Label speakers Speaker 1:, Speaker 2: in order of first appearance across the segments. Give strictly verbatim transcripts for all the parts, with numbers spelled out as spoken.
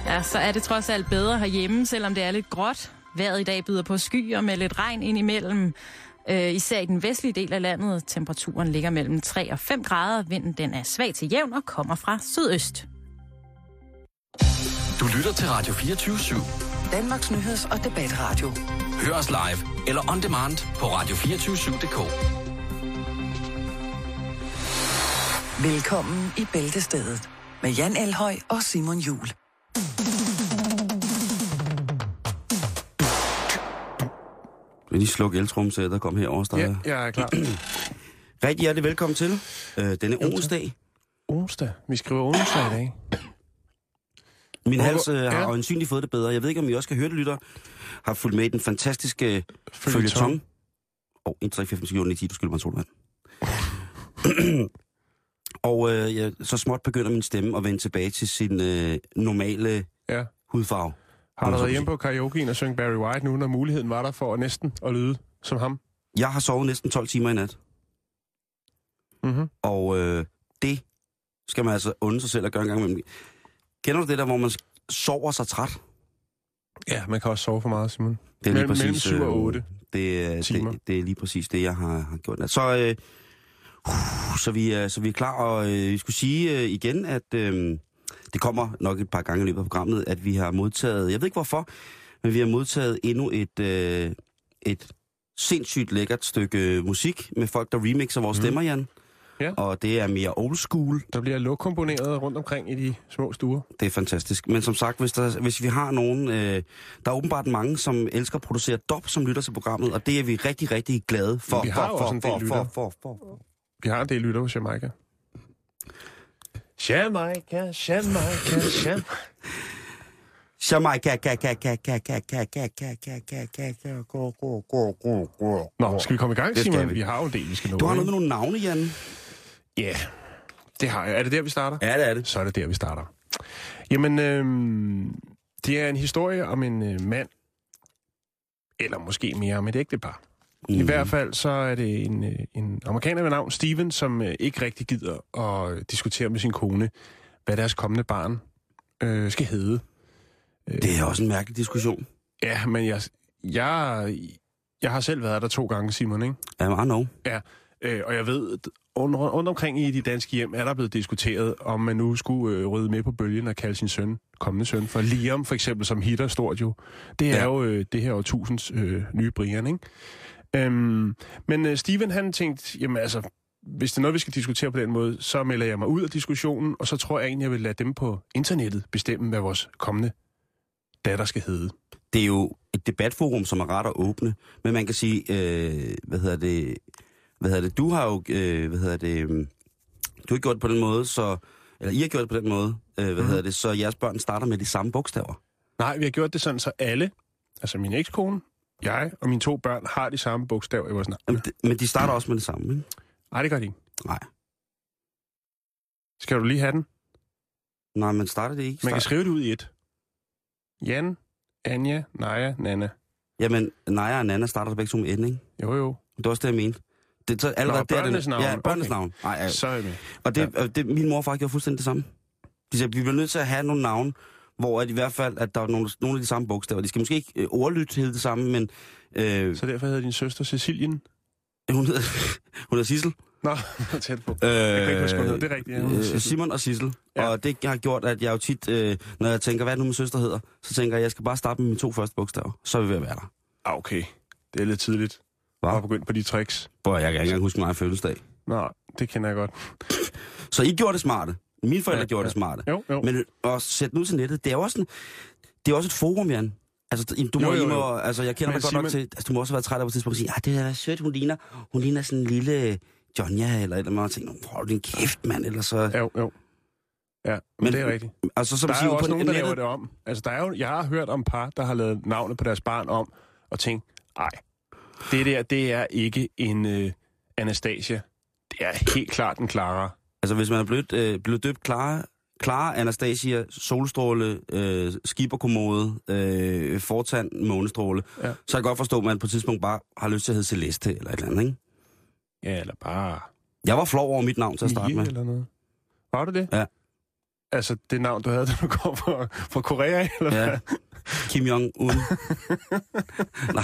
Speaker 1: Ja, så er det trods alt bedre herhjemme, selvom det er lidt gråt. Vejret i dag byder på skyer med lidt regn indimellem. Øh, især i den vestlige del af landet. Temperaturen ligger mellem tre og fem grader. Vinden den er svag til jævn og kommer fra sydøst.
Speaker 2: Du lytter til Radio fireogtyve syv.
Speaker 3: Danmarks nyheds- og debatradio.
Speaker 2: Hør os live eller on demand på radio to fire syv punktum d k.
Speaker 3: Velkommen i Bæltestedet med Jan Elhøj og Simon Juhl.
Speaker 4: Jeg vil lige slukke eltrumsæt, der kom herovre. Der
Speaker 5: Ja, jeg er klar.
Speaker 4: Rigtig hjertelig velkommen til øh, denne onsdag.
Speaker 5: Onsdag? Vi skriver onsdag i dag.
Speaker 4: Min
Speaker 5: Hvor-
Speaker 4: hals øh, har
Speaker 5: ja.
Speaker 4: øjensynligt fået det bedre. Jeg ved ikke, om I også kan høre det, lytter. Har fulgt med i den fantastiske
Speaker 5: Følgetong.
Speaker 4: følgetong. Åh, oh, en, tre, fire, fem, seks, otte, ni, ti, du skylder mig en solvand. Og øh, ja, så småt begynder min stemme at vende tilbage til sin øh, normale
Speaker 5: Ja.
Speaker 4: hudfarve.
Speaker 5: Har du været hjemme på karaoke'en og synge Barry White nu, når muligheden var der for at næsten at lyde som ham?
Speaker 4: Jeg har sovet næsten tolv timer i nat.
Speaker 5: Mhm.
Speaker 4: Og øh, det skal man altså unde sig selv at gøre en gang imellem. Kender du det der, hvor man sover sig træt?
Speaker 5: Ja, man kan også sove for meget, Simon.
Speaker 4: Det er lige
Speaker 5: Mellem,
Speaker 4: præcis,
Speaker 5: mellem syv og otte.
Speaker 4: Det, er-
Speaker 5: timer.
Speaker 4: det, det er lige præcis det, jeg har, har gjort. Så, øh, uh, så, vi er, så vi er klar, og øh, vi skulle sige øh, igen, at øh, det kommer nok et par gange i løbet af programmet, at vi har modtaget, jeg ved ikke hvorfor, men vi har modtaget endnu et, øh, et sindssygt lækkert stykke musik med folk, der remixer vores mm. stemmer, Jan.
Speaker 5: Ja.
Speaker 4: Og det er mere old school.
Speaker 5: Der bliver lokomponeret rundt omkring i de små stuer.
Speaker 4: Det er fantastisk. Men som sagt, hvis, der, hvis vi har nogen... Øh, der er åbenbart mange, som elsker at producere dub, som lytter til programmet, og det er vi rigtig, rigtig glade for.
Speaker 5: Vi har
Speaker 4: for,
Speaker 5: også
Speaker 4: for,
Speaker 5: en del
Speaker 4: for,
Speaker 5: lyttere.
Speaker 4: for, for, for.
Speaker 5: Vi har en del lytter hos Jamaica. Jamaica, Jamaica, Jamaica.
Speaker 4: Jamaica, ka, ka, ka, ka, ka, ka, ka, ka, ka, ka, ka, ka, go, go, go, go, go.
Speaker 5: Nå, skal vi komme i gang,
Speaker 4: Det skal
Speaker 5: Simon?
Speaker 4: vi.
Speaker 5: Vi har jo en del, vi skal nå.
Speaker 4: Du har noget
Speaker 5: ikke?
Speaker 4: med nogle navne, Jan.
Speaker 5: Ja, yeah, det har jeg. Er det der, vi starter?
Speaker 4: Ja, det er det.
Speaker 5: Så er det der, vi starter. Jamen, øhm, det er en historie om en øh, mand, eller måske mere om et ægtepar. Mm. I hvert fald så er det en, øh, en amerikaner ved navn Steven, som øh, ikke rigtig gider at diskutere med sin kone, hvad deres kommende barn øh, skal hedde.
Speaker 4: Det er også en mærkelig diskussion.
Speaker 5: Ja, men jeg, jeg, jeg har selv været der to gange, Simon, ikke?
Speaker 4: Ja, I know.
Speaker 5: Ja, øh, og jeg ved, rundt, rundt omkring i de danske hjem er der blevet diskuteret, om man nu skulle øh, rydde med på bølgen og kalde sin søn, kommende søn, for Liam for eksempel, som hitter stort jo. Det er
Speaker 4: Ja.
Speaker 5: jo øh, det her årtusinds øh, nye Brian, ikke? Øhm, men øh, Steven, han tænkte, jamen altså, hvis det er noget, vi skal diskutere på den måde, så melder jeg mig ud af diskussionen, og så tror jeg egentlig, jeg vil lade dem på internettet bestemme, hvad vores kommende datter skal hedde.
Speaker 4: Det er jo et debatforum, som er ret at åbne, men man kan sige, øh, hvad hedder det, hvad hedder det, du har jo, øh, hvad hedder det, øh, du har gjort det på den måde, så, eller I har gjort det på den måde, øh, hvad mm. hedder det, så jeres børn starter med de samme bogstaver.
Speaker 5: Nej, vi har gjort det sådan, så alle, altså min ekskone, jeg og mine to børn, har de samme bogstaver i vores navn.
Speaker 4: Men de, men de starter også med det samme, ikke?
Speaker 5: Nej, det gør de ikke.
Speaker 4: Nej.
Speaker 5: Skal du lige have den?
Speaker 4: Nej, men starter det ikke?
Speaker 5: Man kan
Speaker 4: Start...
Speaker 5: skrive det ud i et. Jan, Anja, Naja, Nana.
Speaker 4: Jamen, Naja og Nana starter der begge to med N, ikke?
Speaker 5: Jo, jo.
Speaker 4: Det er også det, jeg mente. Det er så allerede
Speaker 5: Nå,
Speaker 4: der,
Speaker 5: børnenes
Speaker 4: den,
Speaker 5: navn.
Speaker 4: Ja, børnenes
Speaker 5: Okay.
Speaker 4: navn. Ej, ja.
Speaker 5: Så er jeg med.
Speaker 4: Og det, ja. det, min mor og far gjorde fuldstændig det samme. De sagde, vi bliver nødt til at have nogle navne, hvor at i hvert fald, at der er nogle, nogle af de samme bogstaver. De skal måske ikke øh, ordlytte hele det samme, men... Øh,
Speaker 5: Så derfor hedder din søster Cecilien?
Speaker 4: hun hedder, hun hedder Sissel.
Speaker 5: Nå, tæt på.
Speaker 4: Øh,
Speaker 5: Jeg kan ikke huske, hvad hun hedder. Det er rigtigt. Ja, hun hedder
Speaker 4: øh,
Speaker 5: Sissel.
Speaker 4: Simon og Sissel.
Speaker 5: Ja.
Speaker 4: Ja. Og det har gjort, at jeg jo tit, øh, når jeg tænker, hvad er det nu min søster hedder, så tænker jeg, at jeg skal bare starte med mine to første bogstaver. Så er vi ved at være der.
Speaker 5: Ah, okay. Det er lidt tidligt.
Speaker 4: Hva?
Speaker 5: Bare begyndt på de tricks.
Speaker 4: Hvor jeg kan ikke engang huske min egen fødselsdag.
Speaker 5: Nå, det kender jeg godt.
Speaker 4: Så I gjorde det smarte. Mine forældre
Speaker 5: Ja,
Speaker 4: ja, gjorde
Speaker 5: ja.
Speaker 4: det smarte.
Speaker 5: Jo, jo.
Speaker 4: Men at sætte den ud til nettet, det er jo også, en, det er også et forum, Jan. Altså, du må,
Speaker 5: Jo, jo,
Speaker 4: I må,
Speaker 5: jo.
Speaker 4: altså jeg kender
Speaker 5: Men
Speaker 4: dig godt nok
Speaker 5: Simon-
Speaker 4: til, altså, du må også have været træt af på et tidspunkt og sige, ah, det er sødt, hun ligner, hun ligner sådan en lille Jonja, eller et eller andet, og tænker, hold din kæft, mand, eller så...
Speaker 5: Jo, jo. Ja, men,
Speaker 4: Men-
Speaker 5: det er rigtigt.
Speaker 4: Altså, som
Speaker 5: Der er
Speaker 4: siger,
Speaker 5: jo også
Speaker 4: på
Speaker 5: nogen, der
Speaker 4: nettet,
Speaker 5: laver det om. Altså, der er jo, jeg har hørt om par, der har lavet navnet på deres barn om, og tænkt, ej, det der, det er ikke en øh, Anastasia. Det er helt klart en Clara.
Speaker 4: Altså, hvis man er blevet, øh, blevet døbt Clara, Clara, Anastasia, Solstråle, øh, Skiberkommode, øh, Fortand, Månestråle,
Speaker 5: Ja.
Speaker 4: så kan jeg godt forstå, at man på et tidspunkt bare har lyst til at hedde Celeste, eller et eller andet, ikke?
Speaker 5: Ja, eller bare
Speaker 4: Jeg var flov over mit navn til at starte
Speaker 5: Mie
Speaker 4: med.
Speaker 5: eller noget. Var du det?
Speaker 4: Ja.
Speaker 5: Altså det navn, du havde, da du kom fra, fra Korea, eller
Speaker 4: Ja.
Speaker 5: hvad?
Speaker 4: Kim Jong-un. Nej.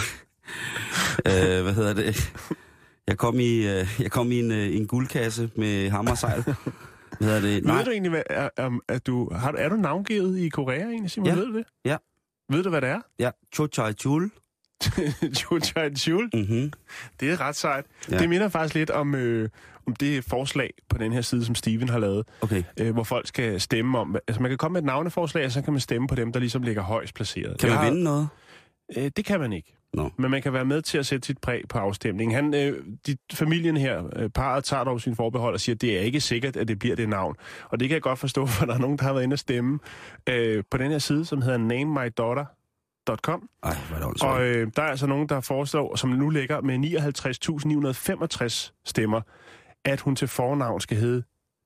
Speaker 4: Øh, hvad hedder det? Jeg kom i, øh, jeg kom i en, øh, en guldkasse med hammer og sejl. Hvad hedder det?
Speaker 5: Ved du egentlig, hvad, er, er, er, du, har, er du navngivet i Korea egentlig, Simon?
Speaker 4: Ja.
Speaker 5: Ved du det?
Speaker 4: Ja.
Speaker 5: Ved du, hvad det er?
Speaker 4: Ja, Cho Chai Chul.
Speaker 5: Cho Chai Chul.
Speaker 4: Mhm.
Speaker 5: Det er ret sejt.
Speaker 4: Ja.
Speaker 5: Det minder faktisk lidt om, øh, om det forslag på den her side, som Steven har lavet,
Speaker 4: Okay.
Speaker 5: øh, hvor folk skal stemme om. Altså man kan komme med et navneforslag, og så kan man stemme på dem, der ligesom ligger højst placeret.
Speaker 4: Kan
Speaker 5: Jeg
Speaker 4: man
Speaker 5: har-
Speaker 4: vinde noget?
Speaker 5: Øh, det kan man ikke.
Speaker 4: Nå.
Speaker 5: Men man kan være med til at sætte sit præg på afstemningen. Han, øh, de, familien her, øh, parret, tager dog sin forbehold og siger, at det er ikke sikkert, at det bliver det navn. Og det kan jeg godt forstå, for der er nogen, der har været inde og stemme øh, på den her side, som hedder name my daughter punktum com.
Speaker 4: Ej, hvor er det åndssvagt.
Speaker 5: Og øh, der er altså nogen, der foreslår, som nu ligger med nioghalvtreds tusind ni hundrede og femogtres stemmer, at hun til fornavn skal hedde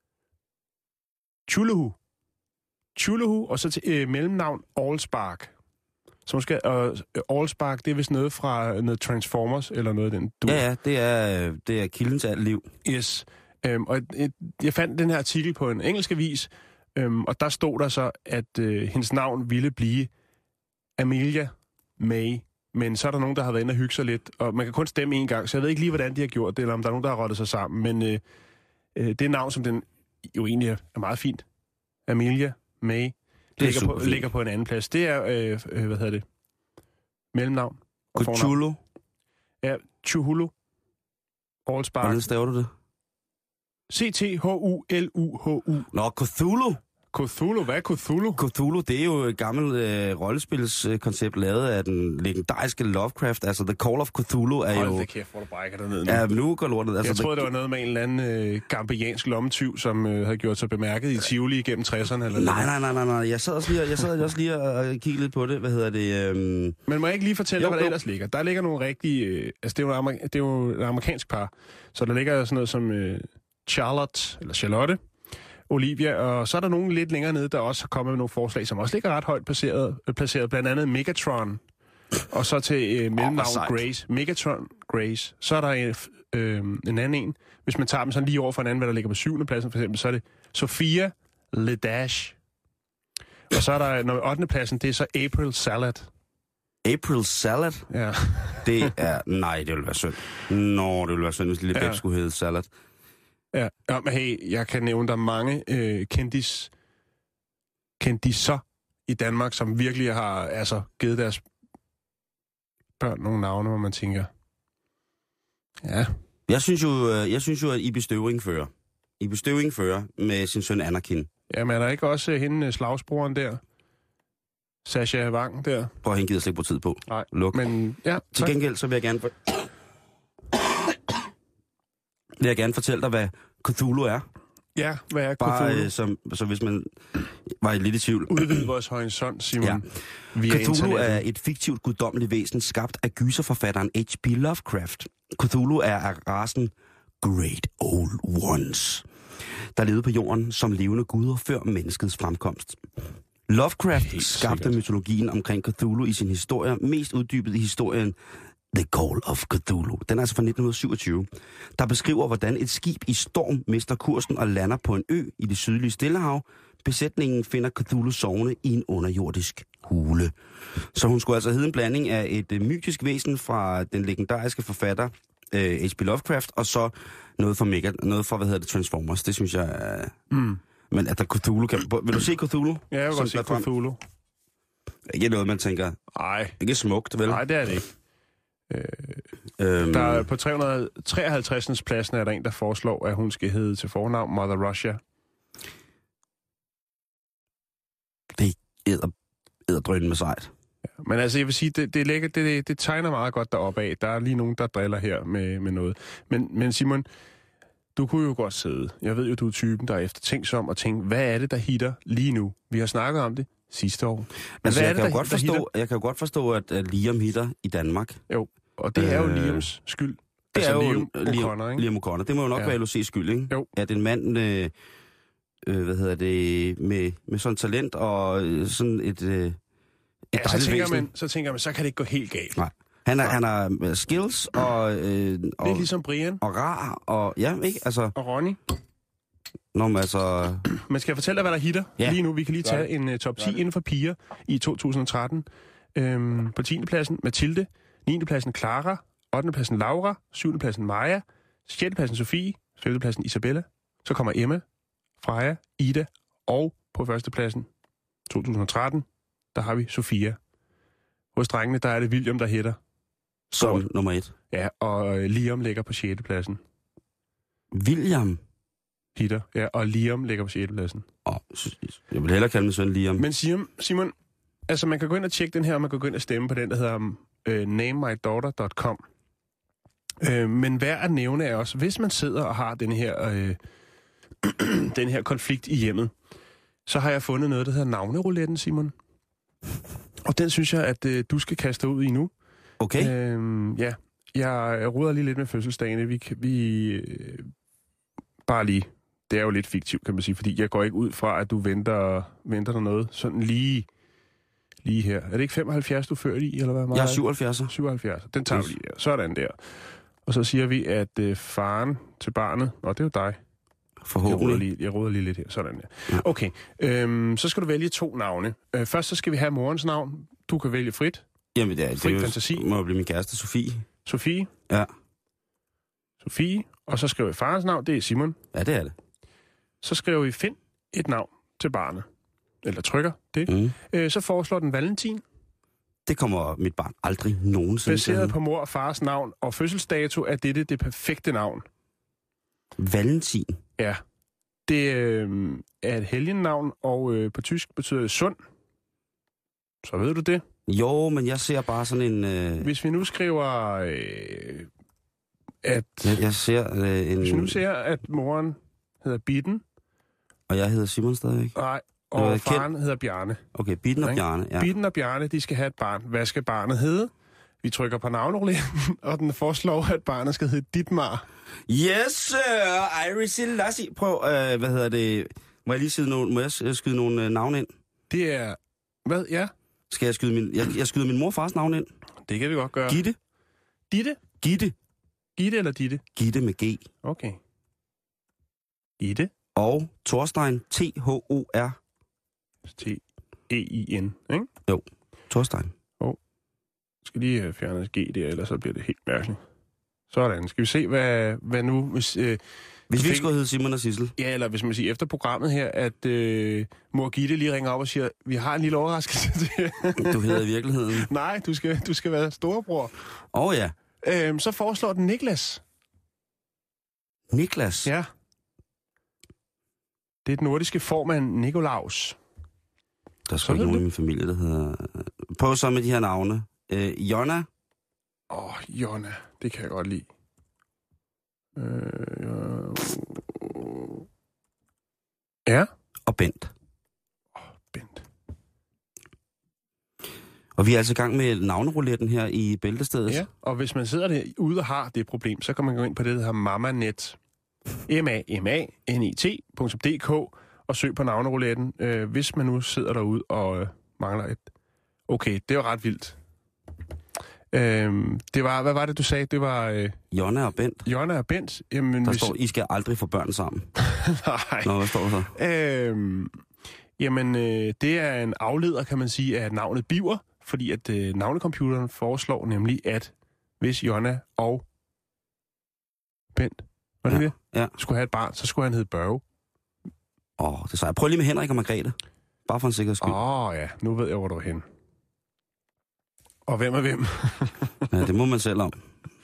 Speaker 5: Chuluhu. Chuluhu, og så til øh, mellemnavn Allspark. Så måske, og uh, Allspark, det er vist noget fra noget Transformers, eller noget af den du.
Speaker 4: Ja, ja, det er, det er kilden til alt liv.
Speaker 5: Yes. Øhm, og et, et, jeg fandt den her artikel på en engelsk avis, øhm, og der stod der så, at øh, hendes navn ville blive Amelia May. Men så er der nogen, der har været inde og hygge sig lidt, og man kan kun stemme en gang, så jeg ved ikke lige, hvordan de har gjort det, eller om der er nogen, der har rottet sig sammen. Men øh, øh, det er navn, som den jo egentlig er meget fint. Amelia May. Ligger på, ligger på en anden plads. Det er, øh, øh, hvad hedder det? Mellemnavn. og fornavn.
Speaker 4: Cthulhu.
Speaker 5: Ja, Chuluhu. Allspark.
Speaker 4: Hvordan staver du det?
Speaker 5: C T H U L U H U.
Speaker 4: Nå, Cthulhu.
Speaker 5: Cthulhu, hvad er Cthulhu?
Speaker 4: Cthulhu, det er jo et gammelt øh, rollespilskoncept lavet af den legendariske Lovecraft. Altså, The Call of Cthulhu er
Speaker 5: Hold
Speaker 4: jo...
Speaker 5: da kæft, hvor du brækker derned nu.
Speaker 4: Ja, men nu går lortet. Altså,
Speaker 5: Jeg troede, det var noget med en eller anden øh, gambiansk lommetyv, som øh, havde gjort sig bemærket i Tivoli igennem tresserne. Eller
Speaker 4: Nej,
Speaker 5: noget.
Speaker 4: nej, nej, nej, nej. Jeg sad også lige, jeg sad også lige og kiggede lidt på det. Hvad hedder det? Øhm...
Speaker 5: Men må jeg ikke lige fortælle
Speaker 4: Jo,
Speaker 5: dig, hvad der
Speaker 4: jo.
Speaker 5: ellers ligger? Der ligger nogle rigtige... Øh, altså, det er, jo amer- det er jo et amerikansk par. Så der ligger sådan noget som øh, Charlotte, eller Charlotte, Olivia, og så er der nogen lidt længere nede, der også har kommet med nogle forslag, som også ligger ret højt placeret, øh, placeret blandt andet Megatron, og så til øh, mellemnavn
Speaker 4: sejt.
Speaker 5: Grace. Megatron Grace. Så er der en, øh, en anden en. Hvis man tager dem sådan lige over for en anden, hvad der ligger på syvende pladsen for eksempel, så er det Sophia Ledash. Og så er der, når ottende pladsen, det er så April Salad.
Speaker 4: April Salad?
Speaker 5: Ja.
Speaker 4: Det er... Nej, det vil være synd. Nå, det vil være synd, hvis lille
Speaker 5: Ja.
Speaker 4: Bæk skulle hedde Salad.
Speaker 5: Ja, ja, men hey, jeg kan nævne, der er mange øh, kendis, kendiser i Danmark, som virkelig har altså givet deres børn nogle navne, hvor man tænker, ja.
Speaker 4: Jeg synes jo, øh, jeg synes jo at Ibi Støvring fører. Ibi Støvring fører med sin søn Anakin.
Speaker 5: Jamen, er der ikke også øh, hende, øh, slagsbroren der? Sasha Wang der?
Speaker 4: Prøv at hende gider slet ikke på tid på.
Speaker 5: Nej,
Speaker 4: Luk.
Speaker 5: men ja.
Speaker 4: Til
Speaker 5: tak.
Speaker 4: gengæld så vil jeg gerne... For... vil jeg gerne fortælle dig, hvad Cthulhu er.
Speaker 5: Ja, hvad er
Speaker 4: Bare
Speaker 5: Cthulhu?
Speaker 4: øh, som, så hvis man var lidt i tvivl.
Speaker 5: Udvid vores horisont, Simon.
Speaker 4: Ja.
Speaker 5: Via
Speaker 4: Cthulhu
Speaker 5: internettet.
Speaker 4: er et fiktivt guddommeligt væsen, skabt af gyserforfatteren H P Lovecraft. Cthulhu er af rasen Great Old Ones, der levede på jorden som levende guder før menneskets fremkomst. Lovecraft
Speaker 5: Helt
Speaker 4: skabte
Speaker 5: sikkert.
Speaker 4: mytologien omkring Cthulhu i sin historie, mest uddybet i historien The Call of Cthulhu. Den er altså fra nitten syvogtyve, der beskriver, hvordan et skib i storm mister kursen og lander på en ø i det sydlige Stillehav. Besætningen finder Cthulhu sovende i en underjordisk hule. Så hun skulle altså hedde en blanding af et øh, mytisk væsen fra den legendariske forfatter øh, H P Lovecraft, og så noget fra, Mega, noget fra hvad hedder det, Transformers. Det synes jeg er...
Speaker 5: Mm.
Speaker 4: Men at der Cthulhu kan... Vil du se Cthulhu?
Speaker 5: Ja, jeg vil
Speaker 4: Som
Speaker 5: godt se
Speaker 4: platform?
Speaker 5: Cthulhu.
Speaker 4: Ikke noget, man tænker...
Speaker 5: Nej,
Speaker 4: Ikke smukt, vel?
Speaker 5: nej, det er det ikke.
Speaker 4: Øhm,
Speaker 5: Der er på tre hundrede og treoghalvtreds pladsen er der en, der foreslår, at hun skal hedde til fornavn Mother Russia.
Speaker 4: Det æder, æder drønen med sejt.
Speaker 5: Men altså, jeg vil sige, det, det, lægger, det, det, det tegner meget godt deroppe af. Der er lige nogen, der driller her med, med noget. Men, men Simon, du kunne jo godt sidde. Jeg ved jo, du er typen, der er eftertænksom og tænker, hvad er det, der hitter lige nu? Vi har snakket om det sidste år. Men
Speaker 4: Altså,
Speaker 5: hvad
Speaker 4: jeg,
Speaker 5: er
Speaker 4: kan
Speaker 5: det,
Speaker 4: jo
Speaker 5: der,
Speaker 4: godt
Speaker 5: der hitter?
Speaker 4: forstå, jeg kan jo godt forstå, at, at Liam hitter i Danmark.
Speaker 5: Jo, og det er jo
Speaker 4: Øh,
Speaker 5: Liams skyld.
Speaker 4: Det
Speaker 5: altså,
Speaker 4: er jo
Speaker 5: Liam
Speaker 4: Liam,
Speaker 5: O'Connor, ikke?
Speaker 4: Liam O'Connor. Det må jo nok
Speaker 5: Ja.
Speaker 4: ja. være L O C's skyld, ikke?
Speaker 5: Jo.
Speaker 4: At en mand øh, øh, hvad hedder det, med, med sådan talent og øh, sådan et, øh, et
Speaker 5: Ja, så
Speaker 4: dejligt
Speaker 5: tænker,
Speaker 4: væsen.
Speaker 5: man, så tænker man, så kan det ikke gå helt galt.
Speaker 4: Nej. Han, er,
Speaker 5: Nej.
Speaker 4: han har skills og, øh,
Speaker 5: Det
Speaker 4: og,
Speaker 5: er ligesom Brian
Speaker 4: og rar og... Ja, ikke? Altså...
Speaker 5: og Ronny.
Speaker 4: Nå, men altså...
Speaker 5: Man skal fortælle dig, hvad der hitter
Speaker 4: Ja.
Speaker 5: lige nu. Vi kan lige tage en uh, top ti inden for piger i to tusind og tretten. Øhm, på tiende pladsen Mathilde, niende pladsen Clara, ottende pladsen Laura, syvende pladsen Maja, sjette pladsen Sofie, femte pladsen Isabella. Så kommer Emma, Freja, Ida, og på første pladsen to tusind og tretten, der har vi Sofia. Hos drengene, der er det William, der hætter.
Speaker 4: Som
Speaker 5: Stort.
Speaker 4: nummer et.
Speaker 5: Ja, og Liam ligger på sjette pladsen.
Speaker 4: William.
Speaker 5: Hitter, ja, og Liam ligger på sjette pladsen.
Speaker 4: Oh, jeg vil hellere kalde min søn Liam.
Speaker 5: Men Simon, Simon, altså man kan gå ind og tjekke den her, og man kan gå ind og stemme på den, der hedder øh, name my daughter dot com. Øh, men værd at nævne er også, hvis man sidder og har den her, øh, den her konflikt i hjemmet, så har jeg fundet noget, der hedder navnerouletten, Simon. Og den synes jeg, at øh, du skal kaste ud i nu.
Speaker 4: Okay.
Speaker 5: Øh, ja, jeg ruder lige lidt med fødselsdagene. Vi, vi øh, bare lige... Det er jo lidt fiktivt, kan man sige, fordi jeg går ikke ud fra, at du venter, venter der noget sådan lige, lige her. Er det ikke femoghalvfjerds, du fører i, eller hvad? Meget?
Speaker 4: Jeg er syvoghalvfjerds.
Speaker 5: syvoghalvfjerds. Den tager vi lige der. Sådan der. Og så siger vi, at øh, faren til barnet... Og det er jo dig.
Speaker 4: Forhåbentlig.
Speaker 5: Jeg ruder lige, jeg ruder lige lidt her. Sådan der. Okay. Øhm, så skal du vælge to navne. Øh, først så skal vi have morens navn. Du kan vælge frit.
Speaker 4: Jamen, det er,
Speaker 5: Fri
Speaker 4: det er
Speaker 5: fantasi.
Speaker 4: jo, må jo blive min kæreste, Sofie.
Speaker 5: Sofie.
Speaker 4: Ja.
Speaker 5: Sofie. Og så skriver vi farens navn. Det er Simon.
Speaker 4: Ja, det er det.
Speaker 5: Så skriver vi find et navn til barnet. Eller trykker det.
Speaker 4: Mm.
Speaker 5: Øh, så foreslår den Valentin.
Speaker 4: Det kommer mit barn aldrig nogensinde
Speaker 5: Baseret
Speaker 4: til.
Speaker 5: på mor og fars navn og fødselsdato er dette det perfekte navn.
Speaker 4: Valentin.
Speaker 5: Ja. Det øh, er et helgennavn, og øh, på tysk betyder det sund. Så ved du det.
Speaker 4: Jo, men jeg ser bare sådan en... Øh...
Speaker 5: Hvis vi nu skriver, øh, at...
Speaker 4: Jeg, jeg ser øh, en...
Speaker 5: Hvis vi nu ser, at moren hedder Bitten,
Speaker 4: Og jeg hedder Simon stadigvæk.
Speaker 5: nej,
Speaker 4: Eller
Speaker 5: og
Speaker 4: Kjeld.
Speaker 5: faren hedder Bjarne.
Speaker 4: Okay, Bitten og
Speaker 5: Ikke?
Speaker 4: Bjarne. Ja.
Speaker 5: Bitten og Bjarne, de skal have et barn. Hvad skal barnet hedde? Vi trykker på navnerouletten, og den foreslår, at barnet skal hedde Ditmar.
Speaker 4: Yes, sir! Iris Selassie. Prøv, øh, hvad hedder det... Må jeg lige skyde nogle, må jeg skyde nogle øh, navne ind?
Speaker 5: Det er... Hvad? Ja,
Speaker 4: Skal jeg skyde min... Jeg, jeg skyder min mor og fars navn ind.
Speaker 5: det kan vi godt gøre.
Speaker 4: Gitte.
Speaker 5: Ditte?
Speaker 4: Gitte.
Speaker 5: Gitte eller Ditte?
Speaker 4: Gitte med G.
Speaker 5: Okay. Gitte.
Speaker 4: Og Thorstein. T H O R.
Speaker 5: T E I N, ikke?
Speaker 4: Thorstein.
Speaker 5: Skal lige have fjernet G der, ellers så bliver det helt mærkeligt. Sådan. Skal vi se, hvad, hvad nu... Hvis, øh,
Speaker 4: Hvis vi
Speaker 5: fik-
Speaker 4: ikke skulle hedde Simon og Sissel.
Speaker 5: Ja, eller hvis man siger efter programmet her, at øh, mor Gitte lige ringer op og siger, vi har en lille overraskelse til jer.
Speaker 4: Du hedder i virkeligheden.
Speaker 5: Nej, du skal, du skal være storebror.
Speaker 4: Åh oh, ja.
Speaker 5: Øhm, så foreslår den Niklas.
Speaker 4: Niklas.
Speaker 5: Ja. Det er den nordiske formand Nikolaus.
Speaker 4: Der er
Speaker 5: Så
Speaker 4: sgu ikke
Speaker 5: ved
Speaker 4: nogen
Speaker 5: du.
Speaker 4: i min familie, der hedder... Prøv så med de her navne. Øh, Jonna.
Speaker 5: Åh, oh, Jonna. Det kan jeg godt lide. Øh, ja.
Speaker 4: Og Bent.
Speaker 5: Bent.
Speaker 4: Og vi er altså i gang med navnerouletten her i Bæltestedet.
Speaker 5: Ja, og hvis man sidder derude og har det problem, så kan man gå ind på det, der hedder MamaNet. M A M A N I T punktum D K og søg på navnerouletten, øh, hvis man nu sidder derude og øh, mangler et... Okay, det var ret vildt. Øhm, det var, hvad var det, du sagde? Det var øh,
Speaker 4: Jonna og Bent.
Speaker 5: Jonna og Bent. Jamen,
Speaker 4: Der
Speaker 5: hvis...
Speaker 4: står, I skal aldrig få børn sammen.
Speaker 5: Nej.
Speaker 4: Nå, hvad står der så?
Speaker 5: Øhm, jamen, øh, det er en afleder, kan man sige, af navnet Biver, fordi at øh, navnecomputeren foreslår nemlig, at hvis Jonna og Bent, var det
Speaker 4: Ja,
Speaker 5: det?
Speaker 4: ja.
Speaker 5: Skulle have et barn, så skulle han hedde Børge.
Speaker 4: Åh, det er sejt. Prøv lige med Henrik og Margrethe. Bare for en sikkerheds skyld.
Speaker 5: Åh oh, ja, nu ved jeg, hvor du er henne. Og hvem er hvem?
Speaker 4: Ja, det må man selv om.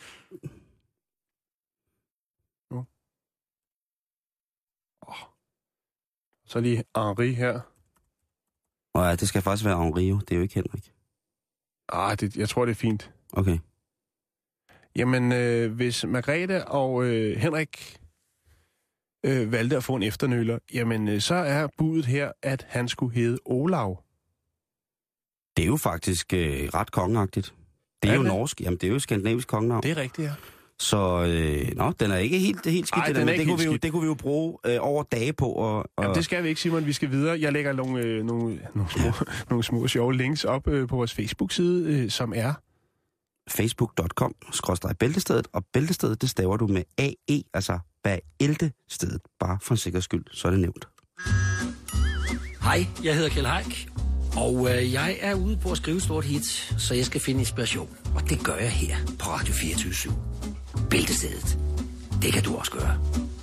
Speaker 5: Så lige Henri her.
Speaker 4: Og ja, det skal faktisk være Henrio. Det er jo ikke Henrik.
Speaker 5: Ah, det, jeg tror, det er fint.
Speaker 4: Okay.
Speaker 5: Jamen, øh, hvis Margrethe og øh, Henrik øh, valgte at få en efternøler, jamen, øh, så er budet her, at han skulle hedde Olav.
Speaker 4: Det er jo faktisk øh, ret kongeagtigt. Det er,
Speaker 5: Er
Speaker 4: jo
Speaker 5: det?
Speaker 4: norsk. Jamen, det er jo skandinavisk kongenavn.
Speaker 5: Det er rigtigt, ja.
Speaker 4: Så, øh, nå, den er ikke helt, helt skidt.
Speaker 5: Ej,
Speaker 4: det
Speaker 5: den
Speaker 4: der,
Speaker 5: er
Speaker 4: men
Speaker 5: ikke
Speaker 4: det, kunne
Speaker 5: helt
Speaker 4: vi jo,
Speaker 5: skidt.
Speaker 4: det kunne vi jo bruge øh, over dage på. Og, og...
Speaker 5: Jamen, det skal vi ikke, Simon. Vi skal videre. Jeg lægger nogle, øh, nogle, nogle, små, nogle små sjove links op øh, på vores Facebook-side, øh, som er...
Speaker 4: facebook punktum com skråstreg bæltestedet, og bæltestedet, det staver du med A E, altså Bæltestedet. Bare for en sikkerheds skyld, så er det nævnt.
Speaker 6: Hej, jeg hedder Kjeld Haik, og øh, jeg er ude på at skrive et stort hit, så jeg skal finde inspiration. Og det gør jeg her på Radio fireogtyve syv. Bæltestedet. Det kan du også gøre.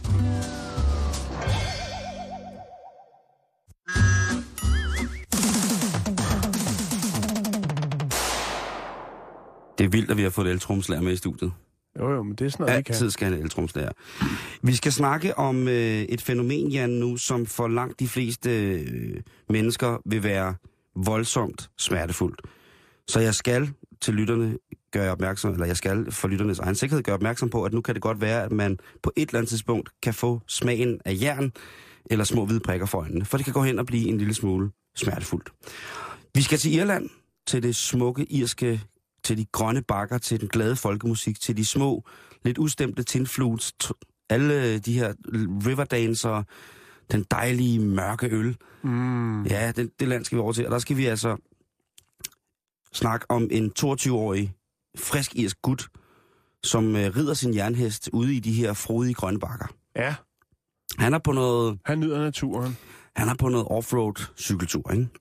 Speaker 4: Det er vildt, at vi har fået eltrumslager med i studiet.
Speaker 5: Jo, jo, men det er sådan noget, vi kan.
Speaker 4: Altid skal have en eltrumslager. Vi skal snakke om øh, et fænomen, Jan, nu, som for langt de fleste øh, mennesker vil være voldsomt smertefuldt. Så jeg skal til lytterne gøre opmærksom, eller jeg skal for lytternes egen sikkerhed gøre opmærksom på, at nu kan det godt være, at man på et eller andet tidspunkt kan få smagen af jern eller små hvide prikker for øjnene, for det kan gå hen og blive en lille smule smertefuldt. Vi skal til Irland, til det smukke irske, til de grønne bakker, til den glade folkemusik, til de små, lidt ustemte tin flutes, alle de her riverdancer, den dejlige mørke øl. Mm. Ja, det, det land skal vi over til, og der skal vi altså snakke om en toogtyve-årig, frisk irsk gut, som øh, rider sin jernhest ude i de her frodige grønne bakker.
Speaker 5: Ja.
Speaker 4: Han er på noget...
Speaker 5: Han nyder naturen.
Speaker 4: Han er på noget offroad cykeltur, ikke?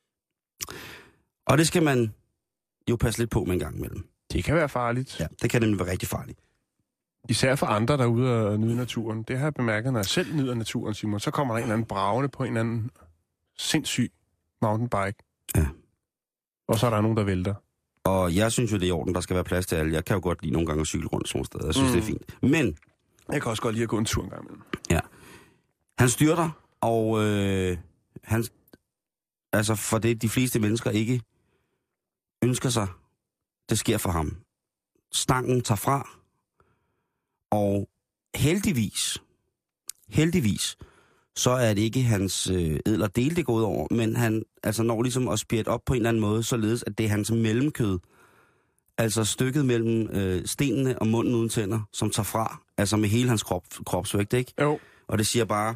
Speaker 4: Og det skal man jo passe lidt på med en gang imellem.
Speaker 5: Det kan være farligt.
Speaker 4: Ja, det kan nemlig være rigtig farligt.
Speaker 5: Især for andre, der er ude og nyde naturen. Det har jeg bemærket, når jeg selv nyder naturen, Simon. Så kommer der en eller anden bravende på en eller anden sindssyg mountainbike.
Speaker 4: Ja.
Speaker 5: Og så er der nogen, der vælter.
Speaker 4: Og jeg synes jo, det er i orden, der skal være plads til alle. Jeg kan jo godt lide nogle gange at cykle rundt sådan nogle steder. Jeg synes, mm. det er fint. Men...
Speaker 5: Jeg kan også godt lide at gå en tur en gang imellem.
Speaker 4: Ja. Han styrter, og øh, han... Altså, for det de fleste mennesker ikke ønsker sig, det sker for ham. Stangen tager fra, og heldigvis, heldigvis, så er det ikke hans øh, edler del, det går ud over, men han altså når ligesom at spjætte op på en eller anden måde, således at det er hans mellemkød, altså stykket mellem øh, stenene og munden uden tænder, som tager fra, altså med hele hans krop, kropsvægt, ikke?
Speaker 5: Jo.
Speaker 4: Og det siger bare...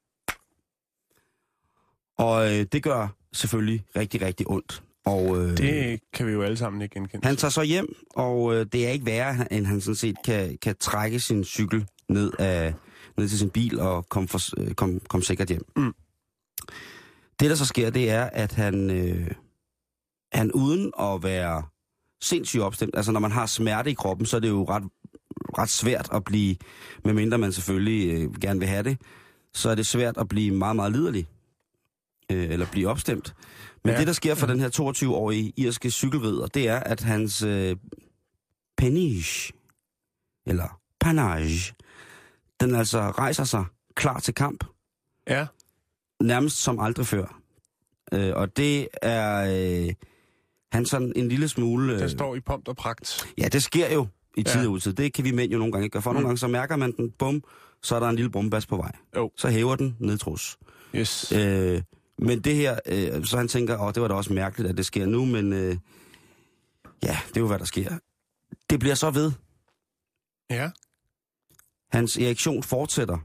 Speaker 4: Og øh, det gør selvfølgelig rigtig, rigtig ondt. Og, øh,
Speaker 5: det kan vi jo alle sammen ikke genkende.
Speaker 4: Han tager så hjem, og øh, det er ikke værre, end han sådan set kan, kan trække sin cykel ned, af, ned til sin bil og komme øh, kom, kom sikkert hjem. Mm. Det, der så sker, det er, at han, øh, han uden at være sindssygt opstemt, altså når man har smerte i kroppen, så er det jo ret, ret svært at blive, medmindre man selvfølgelig øh, gerne vil have det, så er det svært at blive meget, meget liderlig. Øh, eller blive opstemt. Men ja. Det, der sker for den her toogtyve-årige irske cykelrider, det er, at hans øh, penige, eller panage, den altså rejser sig klar til kamp.
Speaker 5: Ja.
Speaker 4: Nærmest som aldrig før. Øh, og det er øh, han sådan en lille smule... Øh,
Speaker 5: den står i pomp og pragt.
Speaker 4: Ja, det sker jo i tid
Speaker 5: ja.
Speaker 4: og utid. Det kan vi mænd jo nogle gange ikke gøre. For mm. nogle gange så mærker man den, bum, så er der en lille brumbas på vej.
Speaker 5: Jo.
Speaker 4: Så hæver den nedtrus.
Speaker 5: Yes.
Speaker 4: Øh, men det her, øh, så han tænker, åh, det var da også mærkeligt, at det sker nu, men øh, ja, det er jo, hvad der sker. Det bliver så ved.
Speaker 5: Ja.
Speaker 4: Hans erektion fortsætter,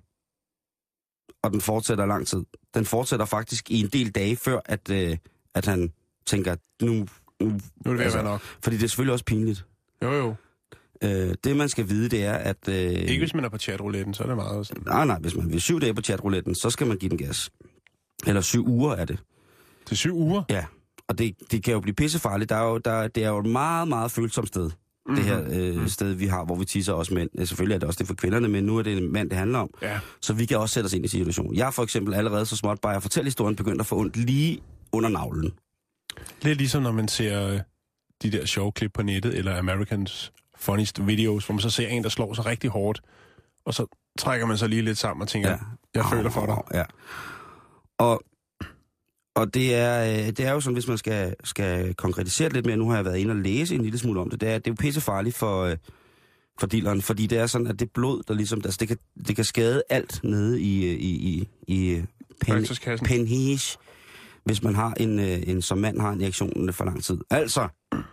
Speaker 4: og den fortsætter lang tid. Den fortsætter faktisk i en del dage, før at, øh, at han tænker, nu... Nu,
Speaker 5: nu er det altså, nok.
Speaker 4: Fordi det er selvfølgelig også pinligt.
Speaker 5: Jo, jo.
Speaker 4: Øh, det, man skal vide, det er, at... Øh,
Speaker 5: ikke hvis man er på chatrouletten, så er det meget sådan.
Speaker 4: Nej, nej, hvis man vil syv dage på chatrouletten, så skal man give den gas. Eller syv uger er det.
Speaker 5: Til syv uger?
Speaker 4: Ja, og det, det kan jo blive pissefarligt. Der er jo, der, det er jo et meget, meget følsomt sted. Mm-hmm. Det her øh, mm. sted, vi har, hvor vi tisser også mænd. Ja, selvfølgelig er det også det for kvinderne, men nu er det en mand, det handler om.
Speaker 5: Ja.
Speaker 4: Så vi kan også sætte os ind i situationen. Jeg er for eksempel allerede så småt bare at fortælle historien, begyndt at få ondt lige under navlen.
Speaker 5: Lidt ligesom når man ser øh, de der sjove klip på nettet, eller Americans Funniest Videos, hvor man så ser en, der slår sig rigtig hårdt, og så trækker man sig lige lidt sammen og tænker, ja. jeg føler for dig.
Speaker 4: Ja. Og, og det, er, det er jo sådan, hvis man skal, skal konkretisere lidt mere, nu har jeg været inde og læse en lille smule om det, det er, det er jo pissefarligt for, for dealeren, fordi det er sådan, at det blod, der ligesom, altså det, kan, det kan skade alt nede i, i, i, i pen, penhige, hvis man har en, en, som mand har en erektion for lang tid. Altså,